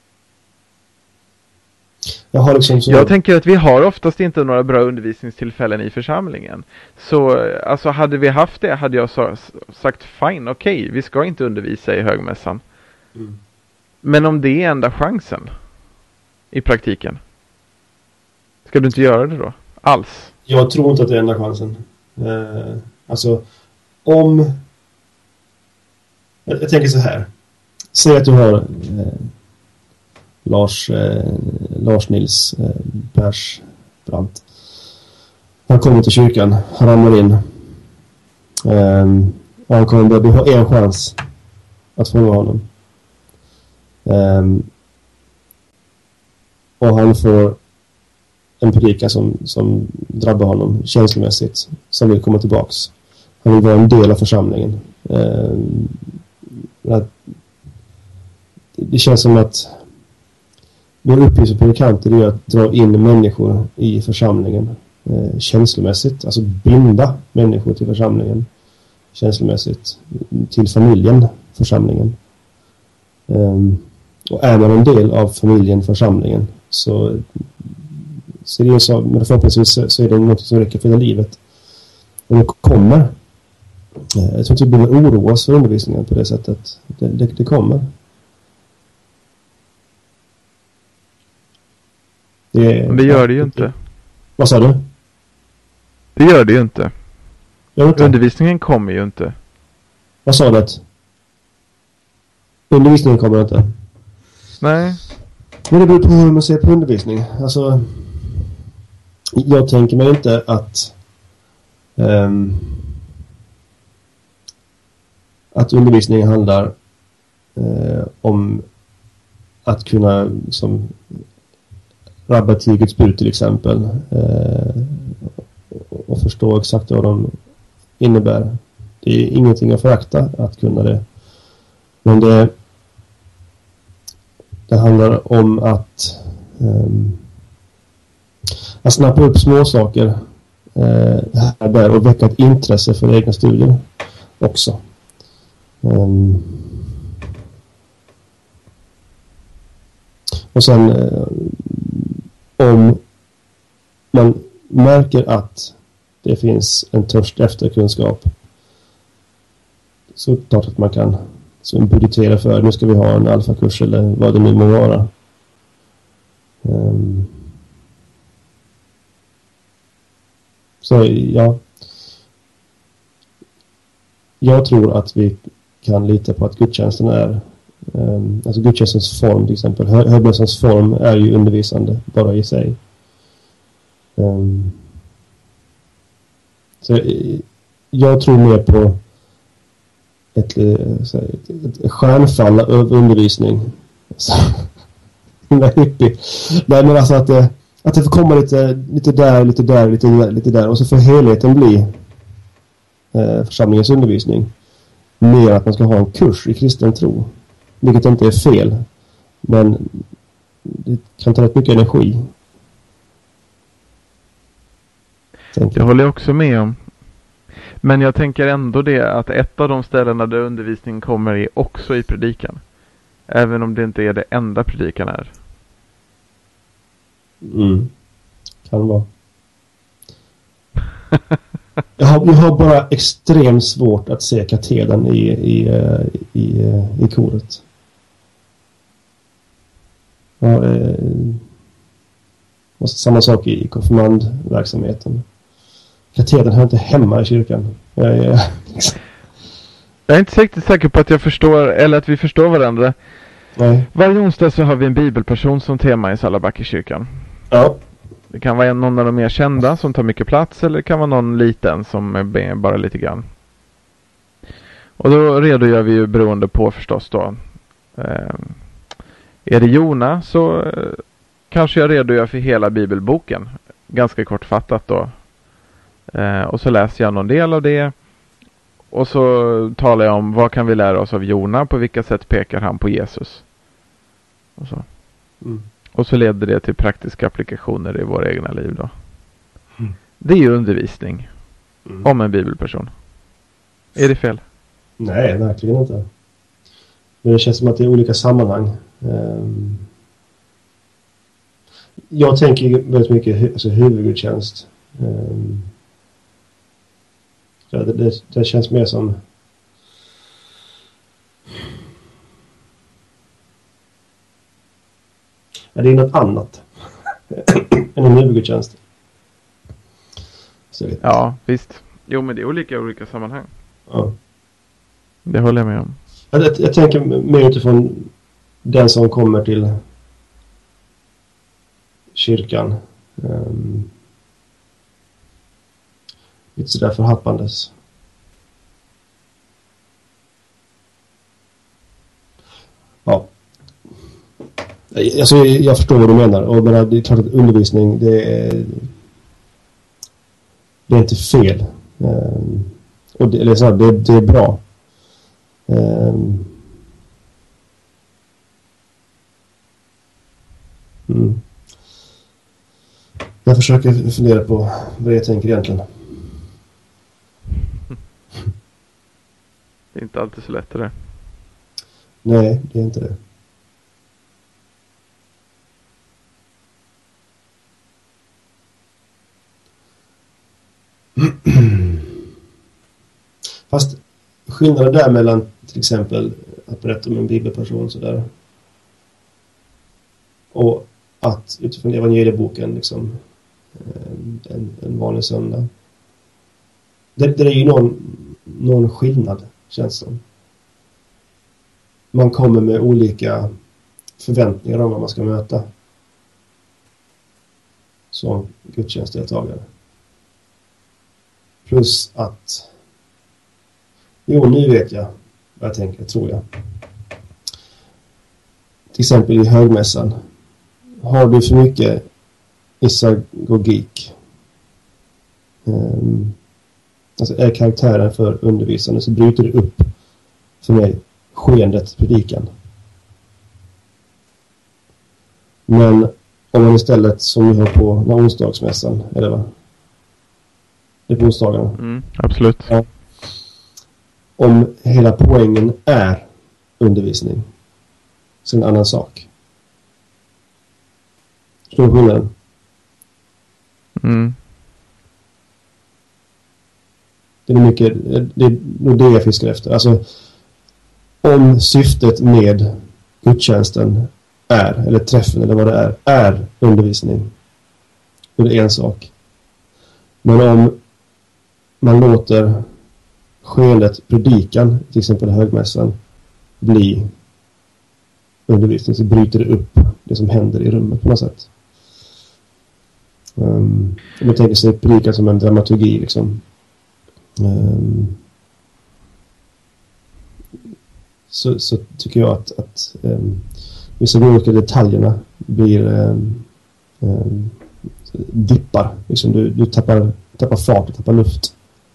Jag, har liksom så... jag tänker att vi har oftast inte några bra undervisningstillfällen i församlingen. Så alltså hade vi haft det hade jag så, sagt fine, okej, okay, vi ska inte undervisa i högmässan. Mm. Men om det är enda chansen i praktiken, ska du inte göra det då? Alls? Jag tror inte att det är enda chansen. Eh, alltså, om... Jag, jag tänker så här. Säg att du har eh, Lars, eh, Lars Nils eh, Persbrandt. Han kommer till kyrkan. Han ramlar in. Eh, och han kommer att ha en chans att fånga honom. Um, och han får en predika som, som drabbar honom känslomässigt, som vill komma tillbaks. Han vill vara en del av församlingen. Um, att, det känns som att vår uppgift som predikanter är att dra in människor i församlingen uh, känslomässigt, alltså binda människor till församlingen känslomässigt, till familjen, församlingen. Um, och är man en del av familjen, församlingen, så, så, är det så, men förhoppningsvis så, så är det något som räcker för hela livet. Och det kommer. Jag tror inte vi behöver oroa oss för undervisningen på det sättet. Det, det, det kommer. Det, men det gör det ju inte. Vad sa du? Det gör det ju inte. inte. Undervisningen kommer ju inte. Vad sa du? Undervisningen kommer inte. Nej. Men det beror på hur man ser på undervisning. Alltså, jag tänker mig inte att um, att undervisningen handlar uh, om att kunna liksom rabba till Guds bud till exempel, uh, och förstå exakt vad de innebär. Det är ingenting att förakta att kunna det. Men det Det handlar om att, um, att snappa upp små saker uh, här där och väcka ett intresse för egna studier också. Um, och sen uh, om man märker att det finns en törst efter kunskap, så klart att man kan så budgetera för, nu ska vi ha en alfakurs eller vad det nu må vara. Um, så ja, jag tror att vi kan lita på att gudstjänsten är um, alltså gudstjänstens form till exempel, hö- högmässans form är ju undervisande bara i sig. Um, så jag tror mer på ett, ett, ett stjärnfall av undervisning. Nej, men alltså att det, att det får komma lite, lite där, lite där, lite där, lite där. Och så får helheten bli eh, församlingens undervisning. Mer att man ska ha en kurs i kristen tro. Vilket inte är fel. Men det kan ta rätt mycket energi. Jag håller också med om. Men jag tänker ändå det att ett av de ställena där undervisningen kommer är också i predikan. Även om det inte är det enda predikan är. Mm. Kan vara. jag, har, jag har bara extremt svårt att se katedern i, i, i, i, i koret. Ja, eh, samma sak i konfirmandverksamheten. Katedern hör inte hemma i kyrkan. Jag, jag, jag är inte riktigt säker på att jag förstår, eller att vi förstår varandra. Nej. Varje onsdag så har vi en bibelperson som tema i Sallabacka-kyrkan. Ja. Det kan vara någon av de mer kända som tar mycket plats, eller det kan vara någon liten som är bara lite grann. Och då redogör vi ju beroende på förstås då. Eh, är det Jona så eh, kanske jag redogör för hela bibelboken. Ganska kortfattat då. Eh, och så läser jag någon del av det. Och så talar jag om vad kan vi lära oss av Jona. På vilka sätt pekar han på Jesus. Och så. Mm. Och så leder det till praktiska applikationer i våra egna liv då. Mm. Det är ju undervisning. Mm. Om en bibelperson. Är det fel? Nej, verkligen inte. Men det känns som att det är olika sammanhang. Um, jag tänker väldigt mycket hu- alltså huvudgudstjänst. Um, det, det, det känns mer som ja, det är något annat än en huvudgudstjänst. Så jag vet inte. Ja, visst. Jo, men det är olika olika sammanhang. Ja. Det håller jag med om. Jag, jag, jag tänker mer utifrån den som kommer till kyrkan. Um, lite sådär förhappandes. Ja. Alltså, jag förstår vad du menar. Och men det är klart att undervisning, det är, det är inte fel. Um, och det, eller så här, det, det är bra. Um, mm. Jag försöker fundera på vad jag tänker egentligen. Det är inte alltid så lätt det. Nej, det är inte det. Fast skillnaden där mellan till exempel att berätta om en bibelperson sådär och att utifrån evangelieboken liksom en, en vanlig söndag. Det, det är ju någon, någon skillnad, känns som. Man kommer med olika förväntningar om vad man ska möta som gudstjänstdeltagare. Plus att jo, nu vet jag vad jag tänker, tror jag. Till exempel i högmässan. Har du för mycket isagogik? Um, alltså är karaktären för undervisande så bryter det upp för mig skeendet predikan. Men om man istället som vi har på den onsdagsmässan, eller vad? Det är på onsdagarna. Mm, absolut. Ja. Om hela poängen är undervisning så är en annan sak. Förstår du skillnaden? Mm. Det är mycket, det är nog det jag fiskar efter. Alltså, om syftet med gudstjänsten är, eller träffen eller vad det är, är undervisning. Då är det en sak. Men om man låter skeendet, predikan, till exempel högmässan, bli undervisning så bryter det upp det som händer i rummet på något sätt. Um, om man tänker sig predikan som en dramaturgi liksom. Um, så, så tycker jag att, att um, vissa olika detaljerna blir um, um, dippar. Liksom du, du tappar, tappar fart, du tappar luft.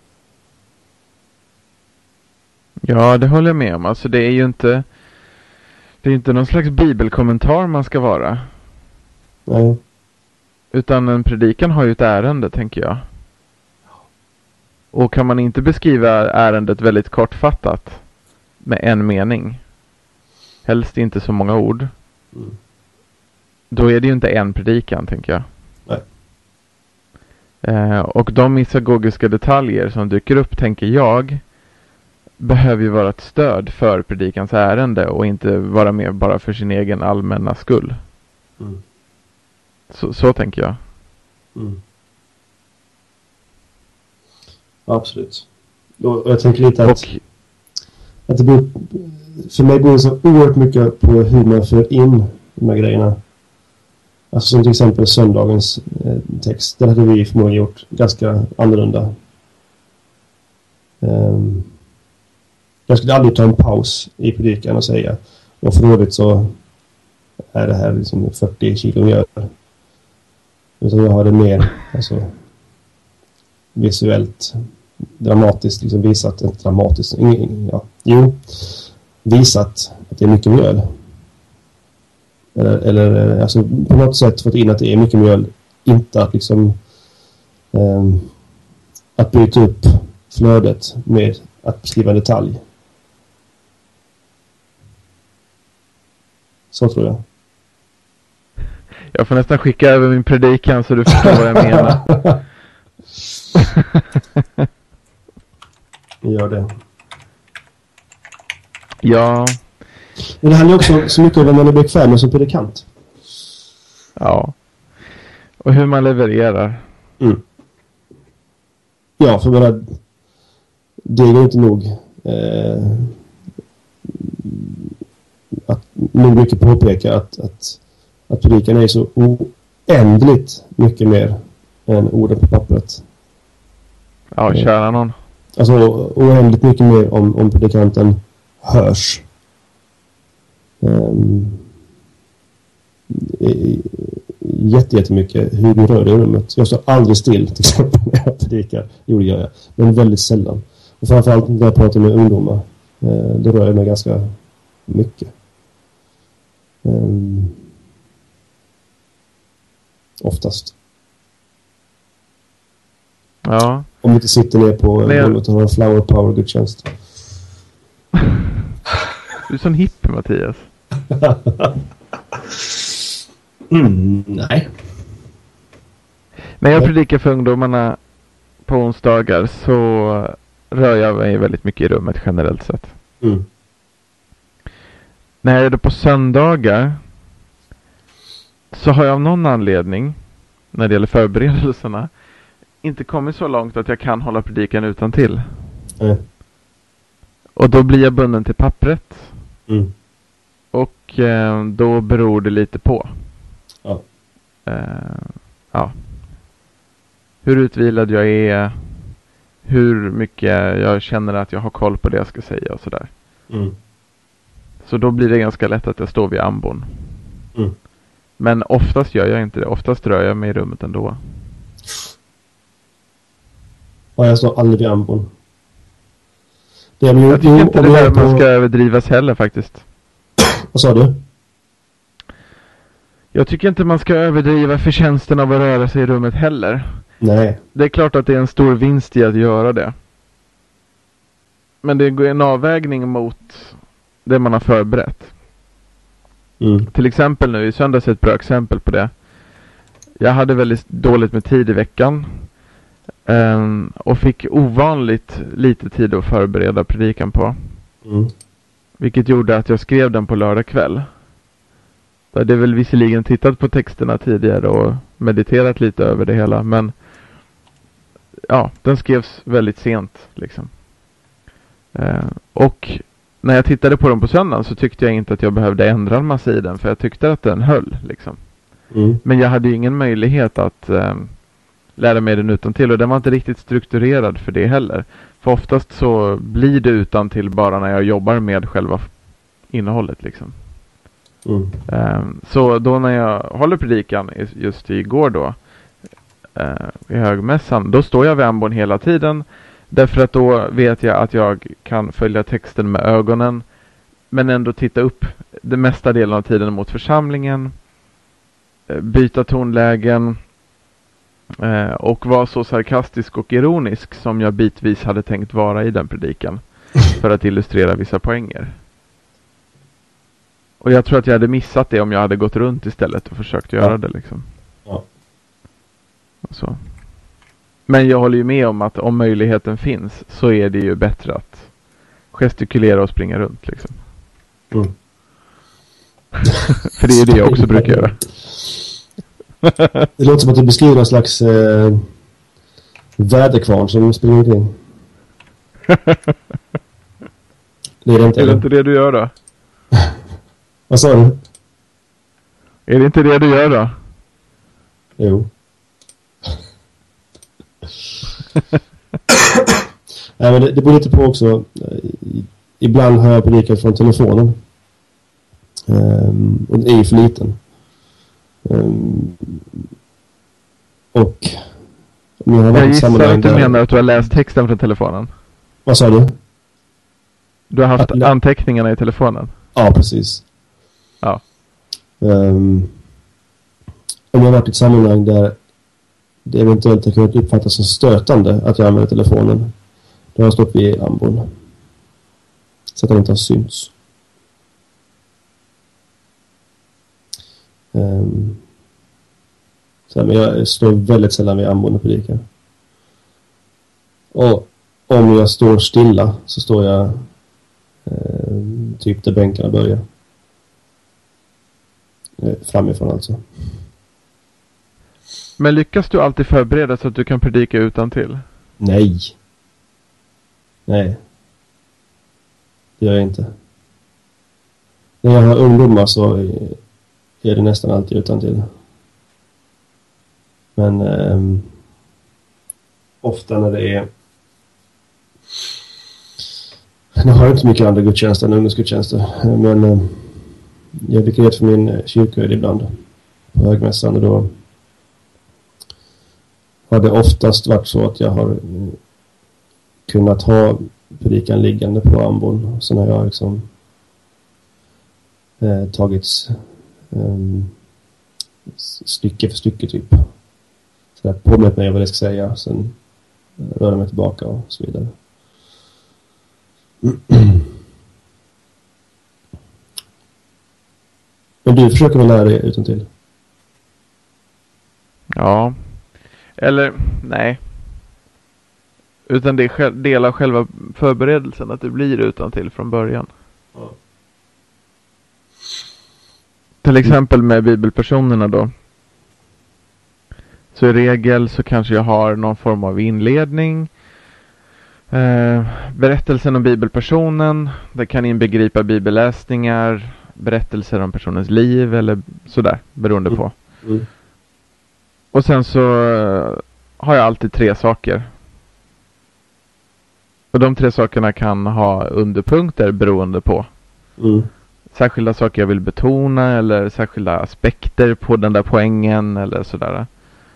Ja, det håller jag med om. Alltså det är ju inte det är inte någon slags bibelkommentar man ska vara. Nej. Utan en predikan har ju ett ärende, tänker jag. Och kan man inte beskriva ärendet väldigt kortfattat med en mening, helst inte så många ord, Mm. då är det ju inte en predikan, tänker jag. Nej. Eh, och de misagogiska detaljer som dyker upp, tänker jag, behöver ju vara ett stöd för predikans ärende och inte vara med bara för sin egen allmänna skull. Mm. Så, så tänker jag. Mm. Absolut. Och jag tänker lite att, Och, att det beror, för mig beror det så oerhört mycket på hur man för in de här grejerna. Alltså som till exempel söndagens eh, text. Den hade vi förmodligen gjort ganska annorlunda. Um, jag skulle aldrig ta en paus i predikan och säga, och för övrigt så är det här liksom fyrtio kilo mjöl. Utan jag har det mer alltså, visuellt dramatiskt liksom visat, inte dramatiskt, ja, jo, visat att det är mycket mjöl. Eller, eller alltså på något sätt fått in att det är mycket mjöl, inte att liksom um, att bryta upp flödet med att beskriva en detalj. Så tror jag. jag får nästan skicka över min predikan så du förstår vad jag menar. Gör det. Ja. Men det handlar också så mycket om vad man är bekväm med som predikant. Ja. Och hur man levererar. Mm. Ja, för bara det är inte nog eh, att nog mycket påpeka att, att, att predikan är så oändligt mycket mer än orden på pappret. Ja, kära någon. Alltså oändligt mycket mer om, om predikanten hörs. Um, jätte, jättemycket hur du rör dig i rummet. Jag står aldrig still till exempel när jag predikar. Jo, det gör jag. Men väldigt sällan. Och framförallt när jag pratar med ungdomar. Eh, då rör jag mig ganska mycket. Um, oftast. Ja. Om vi inte sitter ner på Men jag- golvet och har en flower power gudstjänst. Du är sån hipp, Mattias. Mm, nej. När jag predikar för ungdomarna på onsdagar så rör jag mig väldigt mycket i rummet generellt sett. Mm. När jag är det på söndagar så har jag av någon anledning, när det gäller förberedelserna, inte kommit så långt att jag kan hålla predikan utan till. Nej. Och då blir jag bunden till pappret. Mm. Och eh, då beror det lite på. Ja. Eh, ja. Hur utvilad jag är. Hur mycket jag känner att jag har koll på det jag ska säga och sådär. Mm. Så då blir det ganska lätt att jag står vid ambon. Mm. Men oftast gör jag inte det. Oftast rör jag mig i rummet ändå. Ja, jag står aldrig vid ambon. Det är ju, Jag tycker jo, inte om det jag där är på- man ska överdrivas heller faktiskt. Vad sa du? Jag tycker inte man ska överdriva förtjänsten av att röra sig i rummet heller. Nej. Det är klart att det är en stor vinst i att göra det. Men det går en avvägning mot det man har förberett. Mm. Till exempel nu i söndags är ett bra exempel på det. Jag hade väldigt dåligt med tid i veckan. Um, och fick ovanligt lite tid att förbereda predikan på. Mm. Vilket gjorde att jag skrev den på lördag kväll. Jag hade väl visserligen tittat på texterna tidigare och mediterat lite över det hela. Men ja, den skrevs väldigt sent liksom. Uh, och när jag tittade på den på söndagen så tyckte jag inte att jag behövde ändra en massa i den. För jag tyckte att den höll liksom. Mm. Men jag hade ju ingen möjlighet att eh, lära mig den utan till och den var inte riktigt strukturerad för det heller. För oftast så blir det utan till bara när jag jobbar med själva innehållet liksom. Mm. Eh, så då när jag håller predikan just igår då eh, i högmässan, då står jag vid ambon hela tiden. Därför att då vet jag att jag kan följa texten med ögonen men ändå titta upp det mesta delen av tiden mot församlingen. Byta tonlägen. Eh, och var så sarkastisk och ironisk som jag bitvis hade tänkt vara i den predikan. För att illustrera vissa poänger. Och jag tror att jag hade missat det om jag hade gått runt istället och försökt göra ja. det liksom. Ja. Så. Men jag håller ju med om att om möjligheten finns så är det ju bättre att gestikulera och springa runt liksom. Mm. För det är ju det jag också brukar göra. Det låter som att du beskriver en slags eh, väderkvarn som springer omkring. Det är det inte. Är det inte det du gör då? Vad sa du? Är det inte det du gör då? Jo. Nej, men det, det beror lite på också. Ibland har jag predikat från telefonen. Um, och den är ju för liten. Um, och om jag, har jag gissar att du där... menar att du har läst texten från telefonen. Vad sa du? Du har haft att, anteckningarna i telefonen. Ja, precis. Ja. Um, om jag har varit i ett sammanhang där det eventuellt har kunnat uppfattas som stötande att jag använder telefonen, då har jag stått vid ambon. Så att den inte har synts. Um, så här, men jag står väldigt sällan vid ambon och predikar. Och om jag står stilla så står jag eh, typ där bänkarna börjar. Eh, framifrån alltså. Men lyckas du alltid förbereda så att du kan predika utan till? Nej. Nej. Det gör jag inte. När jag har ungdomar så är det nästan alltid utan till. Men eh, ofta när det är... Nu har jag inte mycket andra gudstjänster än ungdomsgudstjänster. Men eh, jag vikarierar för min kyrkoherde ibland på högmässan, och då har det oftast varit så att jag har kunnat ha predikan liggande på ambon. Sen har jag liksom eh, tagits eh, stycke för stycke typ. Så jag påminner mig vad jag ska säga. Sen rör jag mig tillbaka och så vidare. Men du försöker väl lära dig utan till? Ja. Eller, nej. Utan det är själv, del av själva förberedelsen att det blir utan till från början. Ja. Till exempel med bibelpersonerna då. Så i regel så kanske jag har någon form av inledning. Eh, berättelsen om bibelpersonen. Det kan inbegripa bibelläsningar. Berättelser om personens liv eller sådär. Beroende Mm. på. Mm. Och sen så uh, har jag alltid tre saker. Och de tre sakerna kan ha underpunkter beroende på. Mm. Särskilda saker jag vill betona eller särskilda aspekter på den där poängen eller sådär.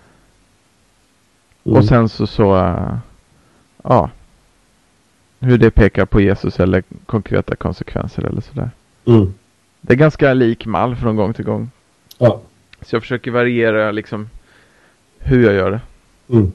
Mm. Och sen så så uh, ja, hur det pekar på Jesus eller konkreta konsekvenser eller sådär. Mm. Det är ganska lik mall från gång till gång. Ja. Så jag försöker variera liksom hur jag gör det. Mm.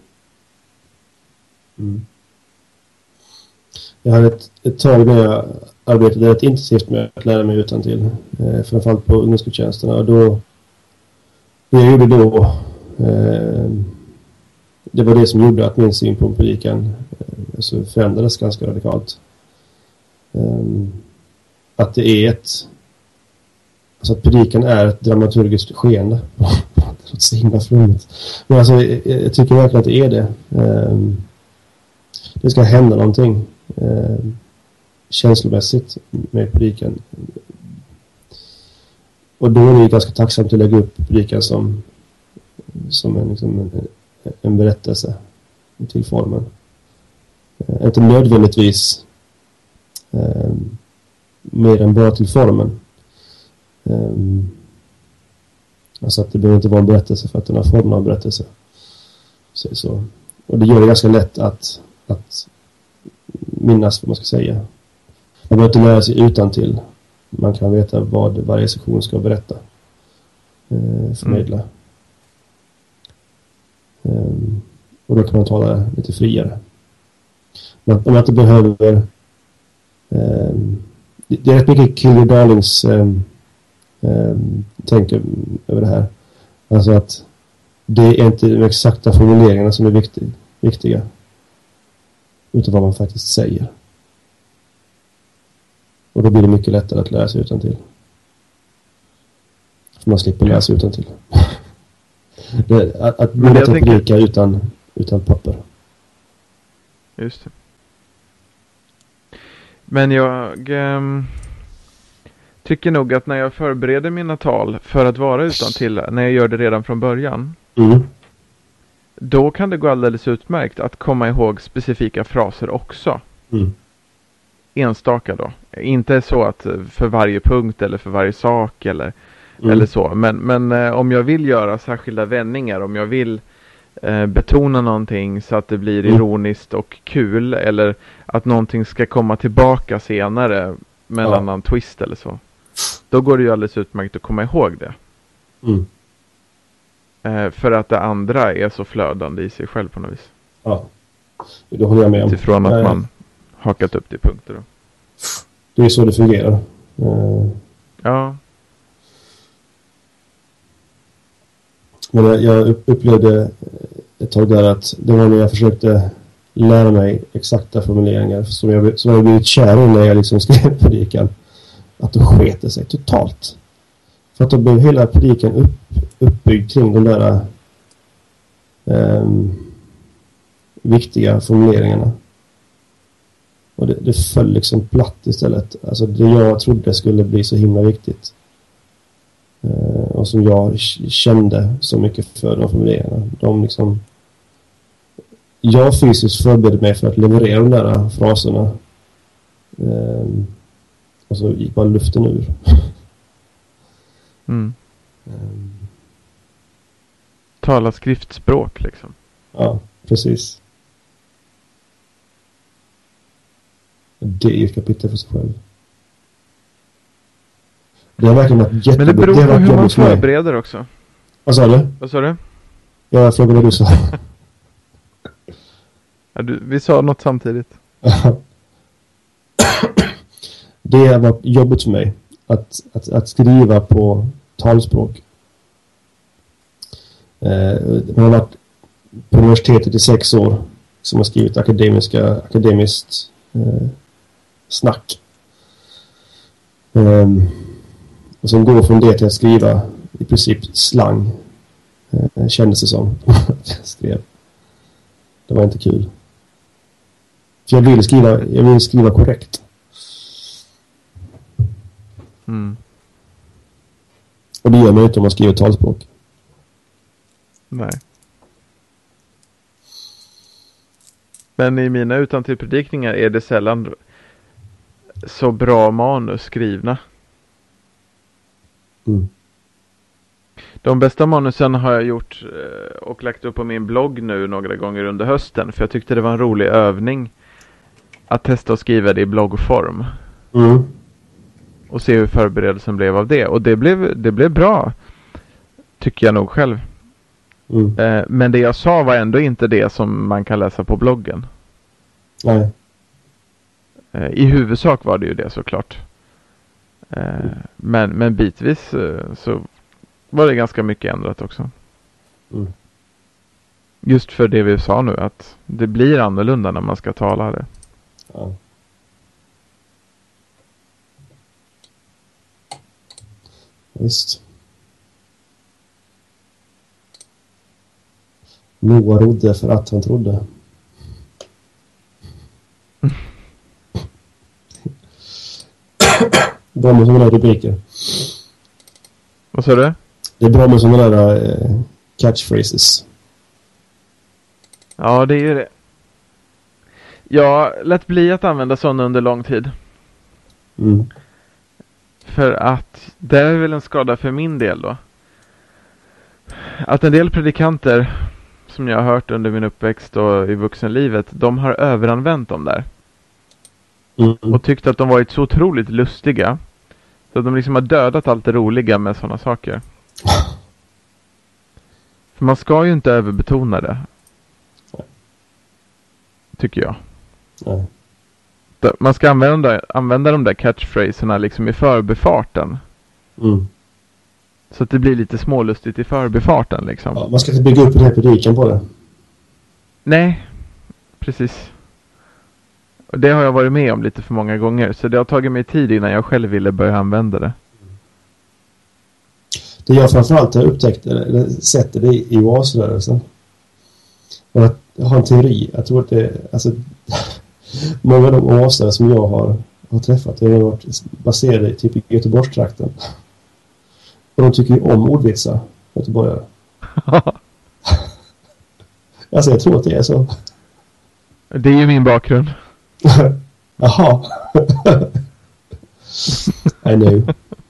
Mm. Jag hade ett, ett tag när jag arbetade rätt intensivt med att lära mig utan till. Eh, framförallt på ungdomsgudstjänsterna. Och då, det jag gjorde då, eh, det var det som gjorde att min syn på predikan eh, alltså förändrades ganska radikalt. Eh, att det är ett, alltså att predikan är ett dramaturgiskt skeende. Det låter så himla flummigt. Men alltså, jag, jag tycker verkligen att det är det. Eh, det ska hända någonting eh, känslomässigt med predikan. Och då är det ganska tacksamt att lägga upp predikan som, som en, liksom en, en berättelse till formen. Eh, inte nödvändigtvis eh, mer än bara till formen. Um, alltså att det behöver inte vara en berättelse för att den har formen av en berättelse. Så, så. Och det gör det ganska lätt att, att minnas vad man ska säga. Man behöver inte lära sig utan till. Man kan veta vad varje sektion ska berätta. Eh, förmedla. Mm. Och då kan man tala lite friare. Men om man inte behöver eh, det är rätt mycket Kill Your Darlings eh, eh, tänker över det här. Alltså att det är inte de exakta formuleringarna som är viktig, viktiga. Utan vad man faktiskt säger. Och då blir det mycket lättare att läsa utantill. För man slipper läsa utantill. det, att att man inte tänker... predika utan, utan papper. Just det. Men jag ähm, tycker nog att när jag förbereder mina tal för att vara utantill, när jag gör det redan från början, mm. då kan det gå alldeles utmärkt att komma ihåg specifika fraser också. Mm. Enstaka då. Inte så att för varje punkt eller för varje sak eller, mm. eller så. Men, men eh, om jag vill göra särskilda vändningar, om jag vill eh, betona någonting så att det blir mm. ironiskt och kul, eller att någonting ska komma tillbaka senare med en ja. annan twist eller så. Då går det ju alldeles utmärkt att komma ihåg det. Mm. Eh, för att det andra är så flödande i sig själv på något vis. Ja, det håller jag med om. Utifrån att man hakat upp det i punkter då. Det är så det fungerar. Uh, ja. Men jag, jag upplevde ett tag där att det var när jag försökte lära mig exakta formuleringar som jag, som jag blivit kär i när jag liksom skrev predikan. Att det skete sig totalt. För att då blev hela predikan upp, uppbyggd kring de där um, viktiga formuleringarna. Och det, det föll liksom platt istället. Alltså det jag trodde skulle bli så himla viktigt. Eh, och som jag kände så mycket för de formuleringarna. De liksom... Jag fysiskt förberedde mig för att leverera de där fraserna. Eh, och så gick bara luften ur. Mm. um, Tala skriftspråk liksom. Ja, precis. Det är ett kapitel för sig själv. Det har verkligen varit jättebra. Men det beror på hur man förbereder också. Vad sa du? Vad sa du? Jag frågade vad du sa. Ja, du, vi sa något samtidigt. Det har varit jobbigt för mig att, att, att skriva på talspråk. Eh, man har varit på universitetet i sex år som har skrivit akademiska, akademiskt eh, snack. Um, och sen gå från det till att skriva i princip slang uh, kändes det som jag skrev. Det var inte kul. För jag ville skriva, jag ville skriva korrekt. Mm. Och det gör man inte om man skriver talspråk. Nej. Men i mina utantillpredikningar är det sällan så bra manus skrivna. Mm. De bästa manusen har jag gjort och lagt upp på min blogg nu några gånger under hösten. För jag tyckte det var en rolig övning att testa att skriva det i bloggform. Mm. Och se hur förberedelsen blev av det. Och det blev, det blev bra. Tycker jag nog själv. Mm. Eh, men det jag sa var ändå inte det som man kan läsa på bloggen. Nej. Eh, I huvudsak var det ju det såklart. Eh, mm. men, men bitvis eh, så var det ganska mycket ändrat också. Mm. Just för det vi sa nu, att det blir annorlunda när man ska tala det. Ja. Visst. Noah rodde för att han trodde. Bra med sådana där rubriker. Vad sa du? Det är bra med sådana där eh, catchphrases. Ja, det är ju det. Jag lät bli att använda sådana under lång tid. Mm. För att det är väl en skada för min del då. Att en del predikanter som jag har hört under min uppväxt och i vuxenlivet, de har överanvänt dem där. Mm. Och tyckt att de varit så otroligt lustiga. Så att de liksom har dödat allt det roliga med sådana saker. För man ska ju inte överbetona det. tycker jag. Nej. Man ska använda, använda de där catchphraserna liksom i förbifarten. Mm. Så att det blir lite smålustigt i förbifarten liksom. Ja, man ska inte bygga upp den här predikan på det. Nej, precis. Och det har jag varit med om lite för många gånger. Så det har tagit mig tid innan jag själv ville börja använda det. Det jag framförallt har upptäckt, eller sett det i oasrörelsen. Och att jag har en teori. Jag tror att det, alltså, många av de oaser som jag har, har träffat har varit baserade typ i Göteborgstrakten. Och de tycker ju om ordvitsar, göteborgare. Alltså jag tror att det är så. Det är ju min bakgrund. Jaha. I know.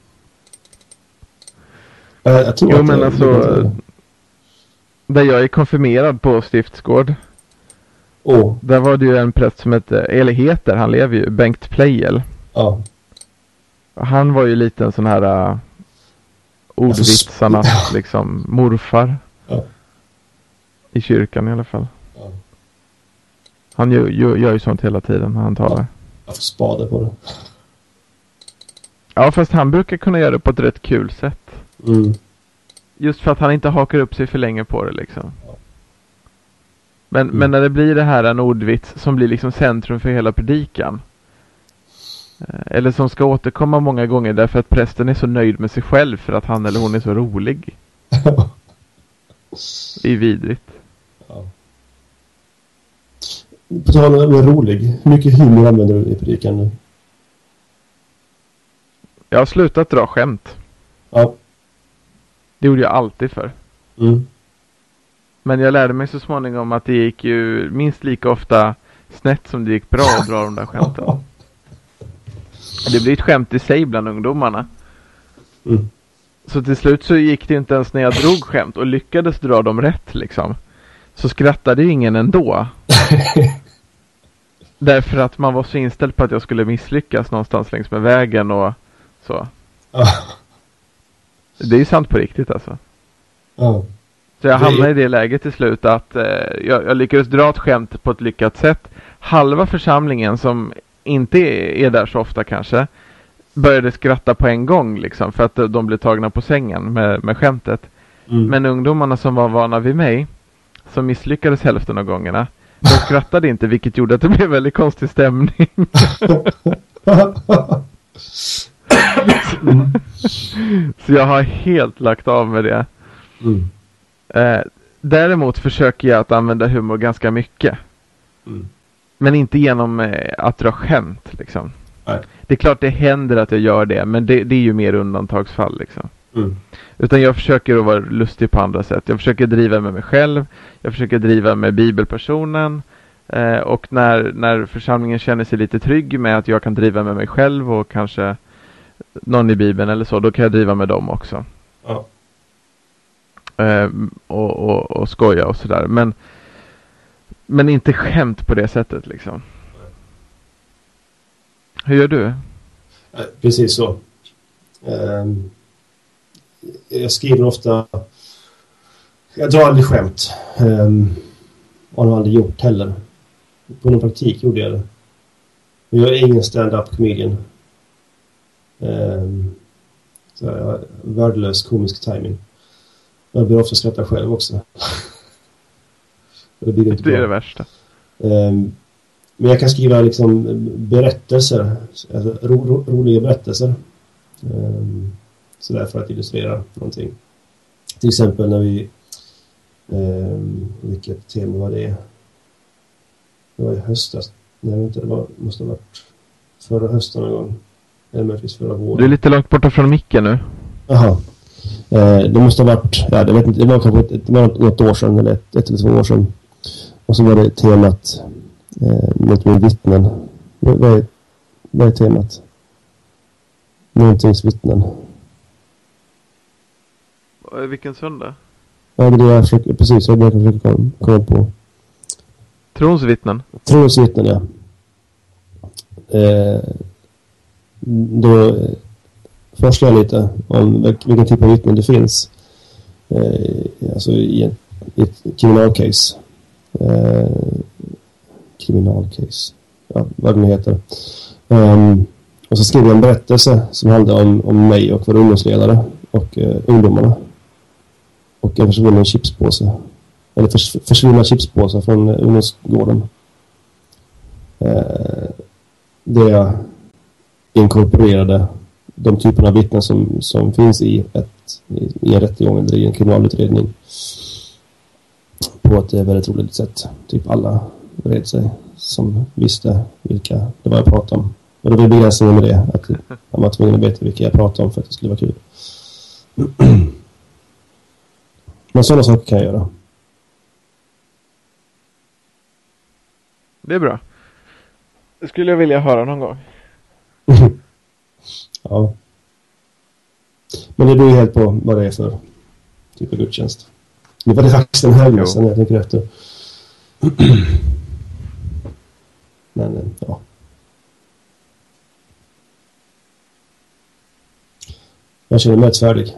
Jag tror jo att men det, alltså det där jag är konfirmerad på Stiftsgård. Oh. Där var det ju en präst som hette, eller heter, han lever ju, Bengt Pleijel. Ja. Han var ju lite en sån här uh, ordvitsarnas ja. liksom morfar. Ja. I kyrkan i alla fall. Ja. Han gör, gör, gör ju sånt hela tiden när han talar. Ja. Jag får spade på det. Ja, fast han brukar kunna göra det på ett rätt kul sätt. Mm. Just för att han inte hakar upp sig för länge på det liksom. Ja. Men, Mm. men när det blir det här en ordvits som blir liksom centrum för hela predikan. Eller som ska återkomma många gånger därför att prästen är så nöjd med sig själv för att han eller hon är så rolig. Det är vidrigt. Ja. På tal om rolig, hur mycket humor använder du i predikan nu? Jag har slutat dra skämt. Ja. Det gjorde jag alltid för. Mm. Men jag lärde mig så småningom att det gick ju minst lika ofta snett som det gick bra att dra de där skämten. Det blir ett skämt i sig bland ungdomarna. Mm. Så till slut så gick det inte ens när jag drog skämt och lyckades dra dem rätt liksom. Så skrattade ju ingen ändå. Därför att man var så inställd på att jag skulle misslyckas någonstans längs med vägen och så. Ja. Det är ju sant på riktigt alltså. Ja. Så jag Det- hamnade i det läget till slut att eh, jag, jag lyckades dra ett skämt på ett lyckat sätt. Halva församlingen som inte är, är där så ofta kanske började skratta på en gång liksom för att de blev tagna på sängen med, med skämtet. Mm. Men ungdomarna som var vana vid mig som misslyckades hälften av gångerna de skrattade inte, vilket gjorde att det blev väldigt konstig stämning. Mm. Så jag har helt lagt av med det. Mm. Eh, däremot försöker jag att använda humor ganska mycket. Mm. Men inte genom eh, att dra skämt liksom. Nej. Det är klart det händer att jag gör det, men det, det är ju mer undantagsfall liksom. Mm. Utan jag försöker att vara lustig på andra sätt. Jag försöker driva med mig själv. Jag försöker driva med bibelpersonen. Eh, och när, när församlingen känner sig lite trygg med att jag kan driva med mig själv och kanske någon i bibeln eller så, då kan jag driva med dem också. Ja. Eh, och, och, och skoja och sådär. Men, men inte skämt på det sättet liksom. Hur gör du? Nej, precis så. Ehm, jag skriver ofta... Jag drar aldrig skämt. Um, och har aldrig gjort heller. På någon praktik gjorde jag det. Men jag är ingen stand-up comedian. Um, så jag har värdelös komisk timing. Jag blir ofta skratta själv också. det blir inte Det är bra. det värsta. Um, men jag kan skriva liksom berättelser, alltså ro, ro, roliga berättelser. Um, sådär för att illustrera någonting. Till exempel när vi um, vilket tema var det? Det var i höstas. Nej, inte, det var, måste ha varit förra hösten någon gång. Eller möjligtvis förra våren. Du är lite långt borta från micken nu. Jaha. Eh, det måste ha varit, ja, det, vet inte, det var kanske ett, det var något år sedan eller ett, ett eller två år sedan. Och så var det temat eh, något med vittnen. Vad, vad, är, vad är temat? Någontings vittnen. Vilken söndag? Ja, det är det jag försöker, precis, jag försöker komma, komma på. Trons vittnen? Trons vittnen, ja. Eh, då forskar jag lite om vilken typ av vittnen det finns. Eh, alltså i, en, i ett kriminalcase. Eh, kriminalcase. Ja, vad det heter. Um, och så skrev jag en berättelse som handlade om, om mig och vår ungdomsledare och uh, ungdomarna. Och en försvunnen chipspåse. Eller förs, försvunna chipspåsar från uh, ungdomsgården. Uh, där jag inkorporerade de typerna av vittnen som, som finns i, ett, i, i en rättegång eller i en kriminalutredning på ett väldigt roligt sätt. Typ alla red sig som visste vilka det var jag pratade om. Och det var begränsningen med det, att man var tvungen att veta vilka jag pratade om för att det skulle vara kul. Men sådana saker kan jag göra. Det är bra. Det skulle jag vilja höra någon gång. Ja. Men det beror ju helt på vad det är för typ av gudstjänst. Nu var det faktiskt den här mässan när jag tänker efter. Men, ja. Jag känner mig färdig.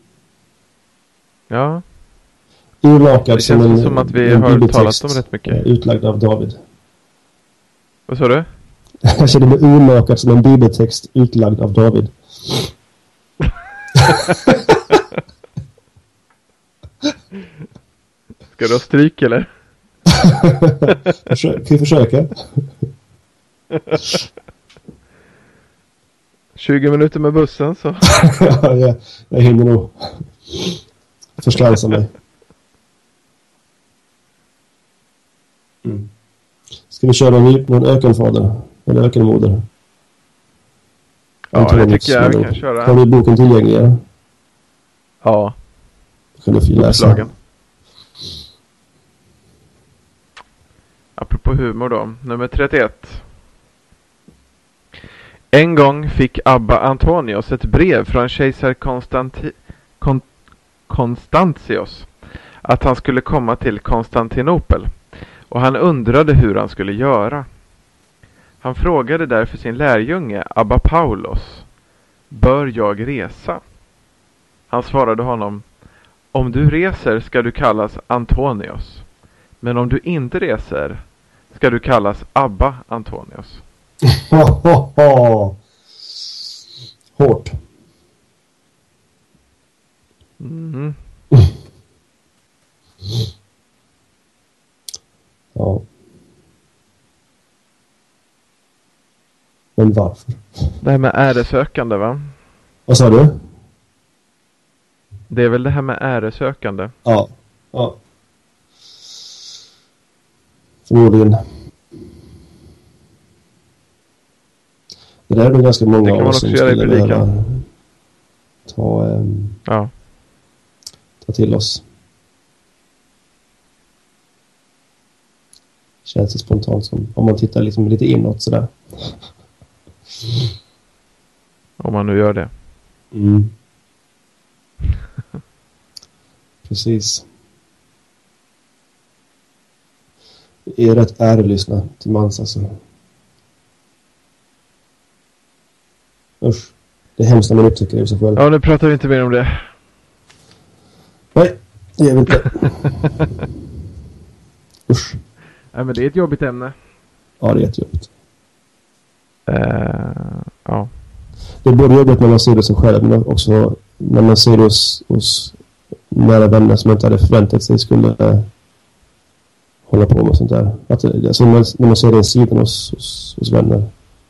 Ja. Urlakad det känns som, en, som att vi har talat om rätt mycket. Utlagd av David. Vad sa du? Jag känner mig urlakad som en bibeltext utlagd av David. Ska du ha stryk eller? Försök, kan vi försöka? tjugo minuter med bussen så. Ja, jag, jag hinner nog förskansa mig. Mm. Ska vi köra någon, någon ökenfader? Eller ökenmoder? Ja, Antonius, det tycker jag vi kan köra. Har du boken tillgänglig? Ja. Kan du läsa? Uppslagen. Apropå humor då. Nummer trettioett. En gång fick Abba Antonius ett brev från kejsar Konstanti- Kon- Konstantius att han skulle komma till Konstantinopel och han undrade hur han skulle göra. Han frågade därför sin lärjunge Abba Paulos: bör jag resa? Han svarade honom: om du reser ska du kallas Antonius, men om du inte reser ska du kallas Abba Antonius. Hårt. Mm. Ja. Men varför? Det här med äresökande, va? Vad sa du? Det är väl det här med äresökande. Ja. Ja. Förmodligen. Det där är nog ganska många av oss som skulle behöva ta, um, ja. ta till oss. Känns det spontant som om man tittar liksom lite inåt sådär. Om man nu gör det. Mm. Precis. Jag är rätt ärelyssna till mans alltså. Usch. Det är hemskt när man upptäcker det i sig själv. Ja, nu pratar vi inte mer om det. Nej, det gör vi inte. Usch. Nej, men det är ett jobbigt ämne. Ja, det är jättejobbigt. Uh, ja. Det är både jobbigt när man ser det sig själv, men också när man ser det hos, hos nära vänner som inte hade förväntat sig skulle äh, hålla på med sånt där. Att, alltså, när, man, när man ser den sidan hos, hos, hos vänner.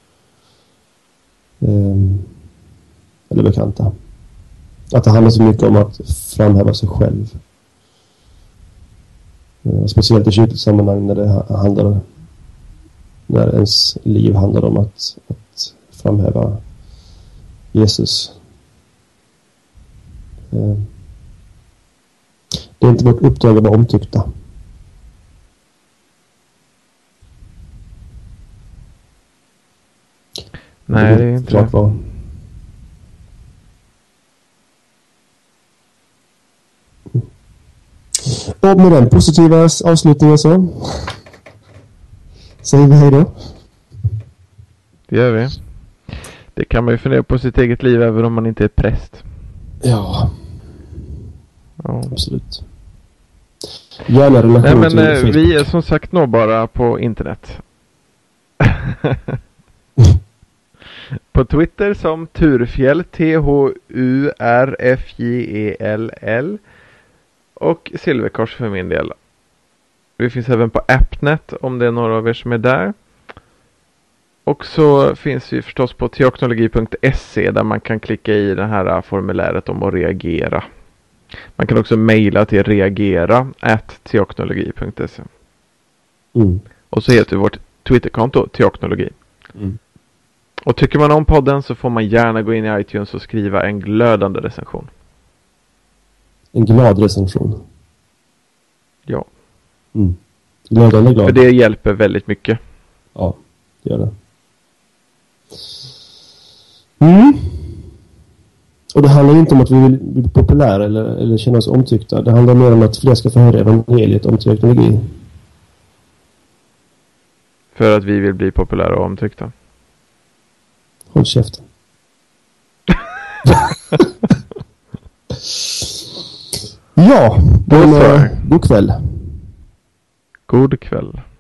Um, eller bekanta. Att det handlar så mycket om att framhäva sig själv. Uh, speciellt i kyrkligt sammanhang när det handlar när ens liv handlar om att, att framhäva Jesus. Uh, det är inte vårt uppdrag att vara omtyckta. Nej, det är inte klart var. Och med den positiva avslutningen så säger vi hej då. Det gör vi. Det kan man ju fundera på sitt eget liv även om man inte är präst. Ja. Ja. Absolut. Gärna relation. Nej, men till eh, vi är som sagt nåbara på internet. På Twitter som Turfjäll, T H U R F J E L L, och Silverkors för min del. Vi finns även på Appnet om det är några av er som är där. Och så finns vi förstås på teoknologi punkt se där man kan klicka i det här formuläret om att reagera. Man kan också mejla till reagera at teoknologi punkt se. Mm. Och så heter vårt Twitterkonto Teoknologi. Mm. Och tycker man om podden så får man gärna gå in i iTunes och skriva en glödande recension. En glad recension. Ja. Mm. Glödande glad. För det hjälper väldigt mycket. Ja, det gör det. Mm. Och det handlar inte om att vi vill bli populära eller, eller känna oss omtyckta. Det handlar mer om att fler ska få höra evangeliet om teoknologi. För att vi vill bli populära och omtyckta. Håll käften. Ja, då, god kväll. God kväll.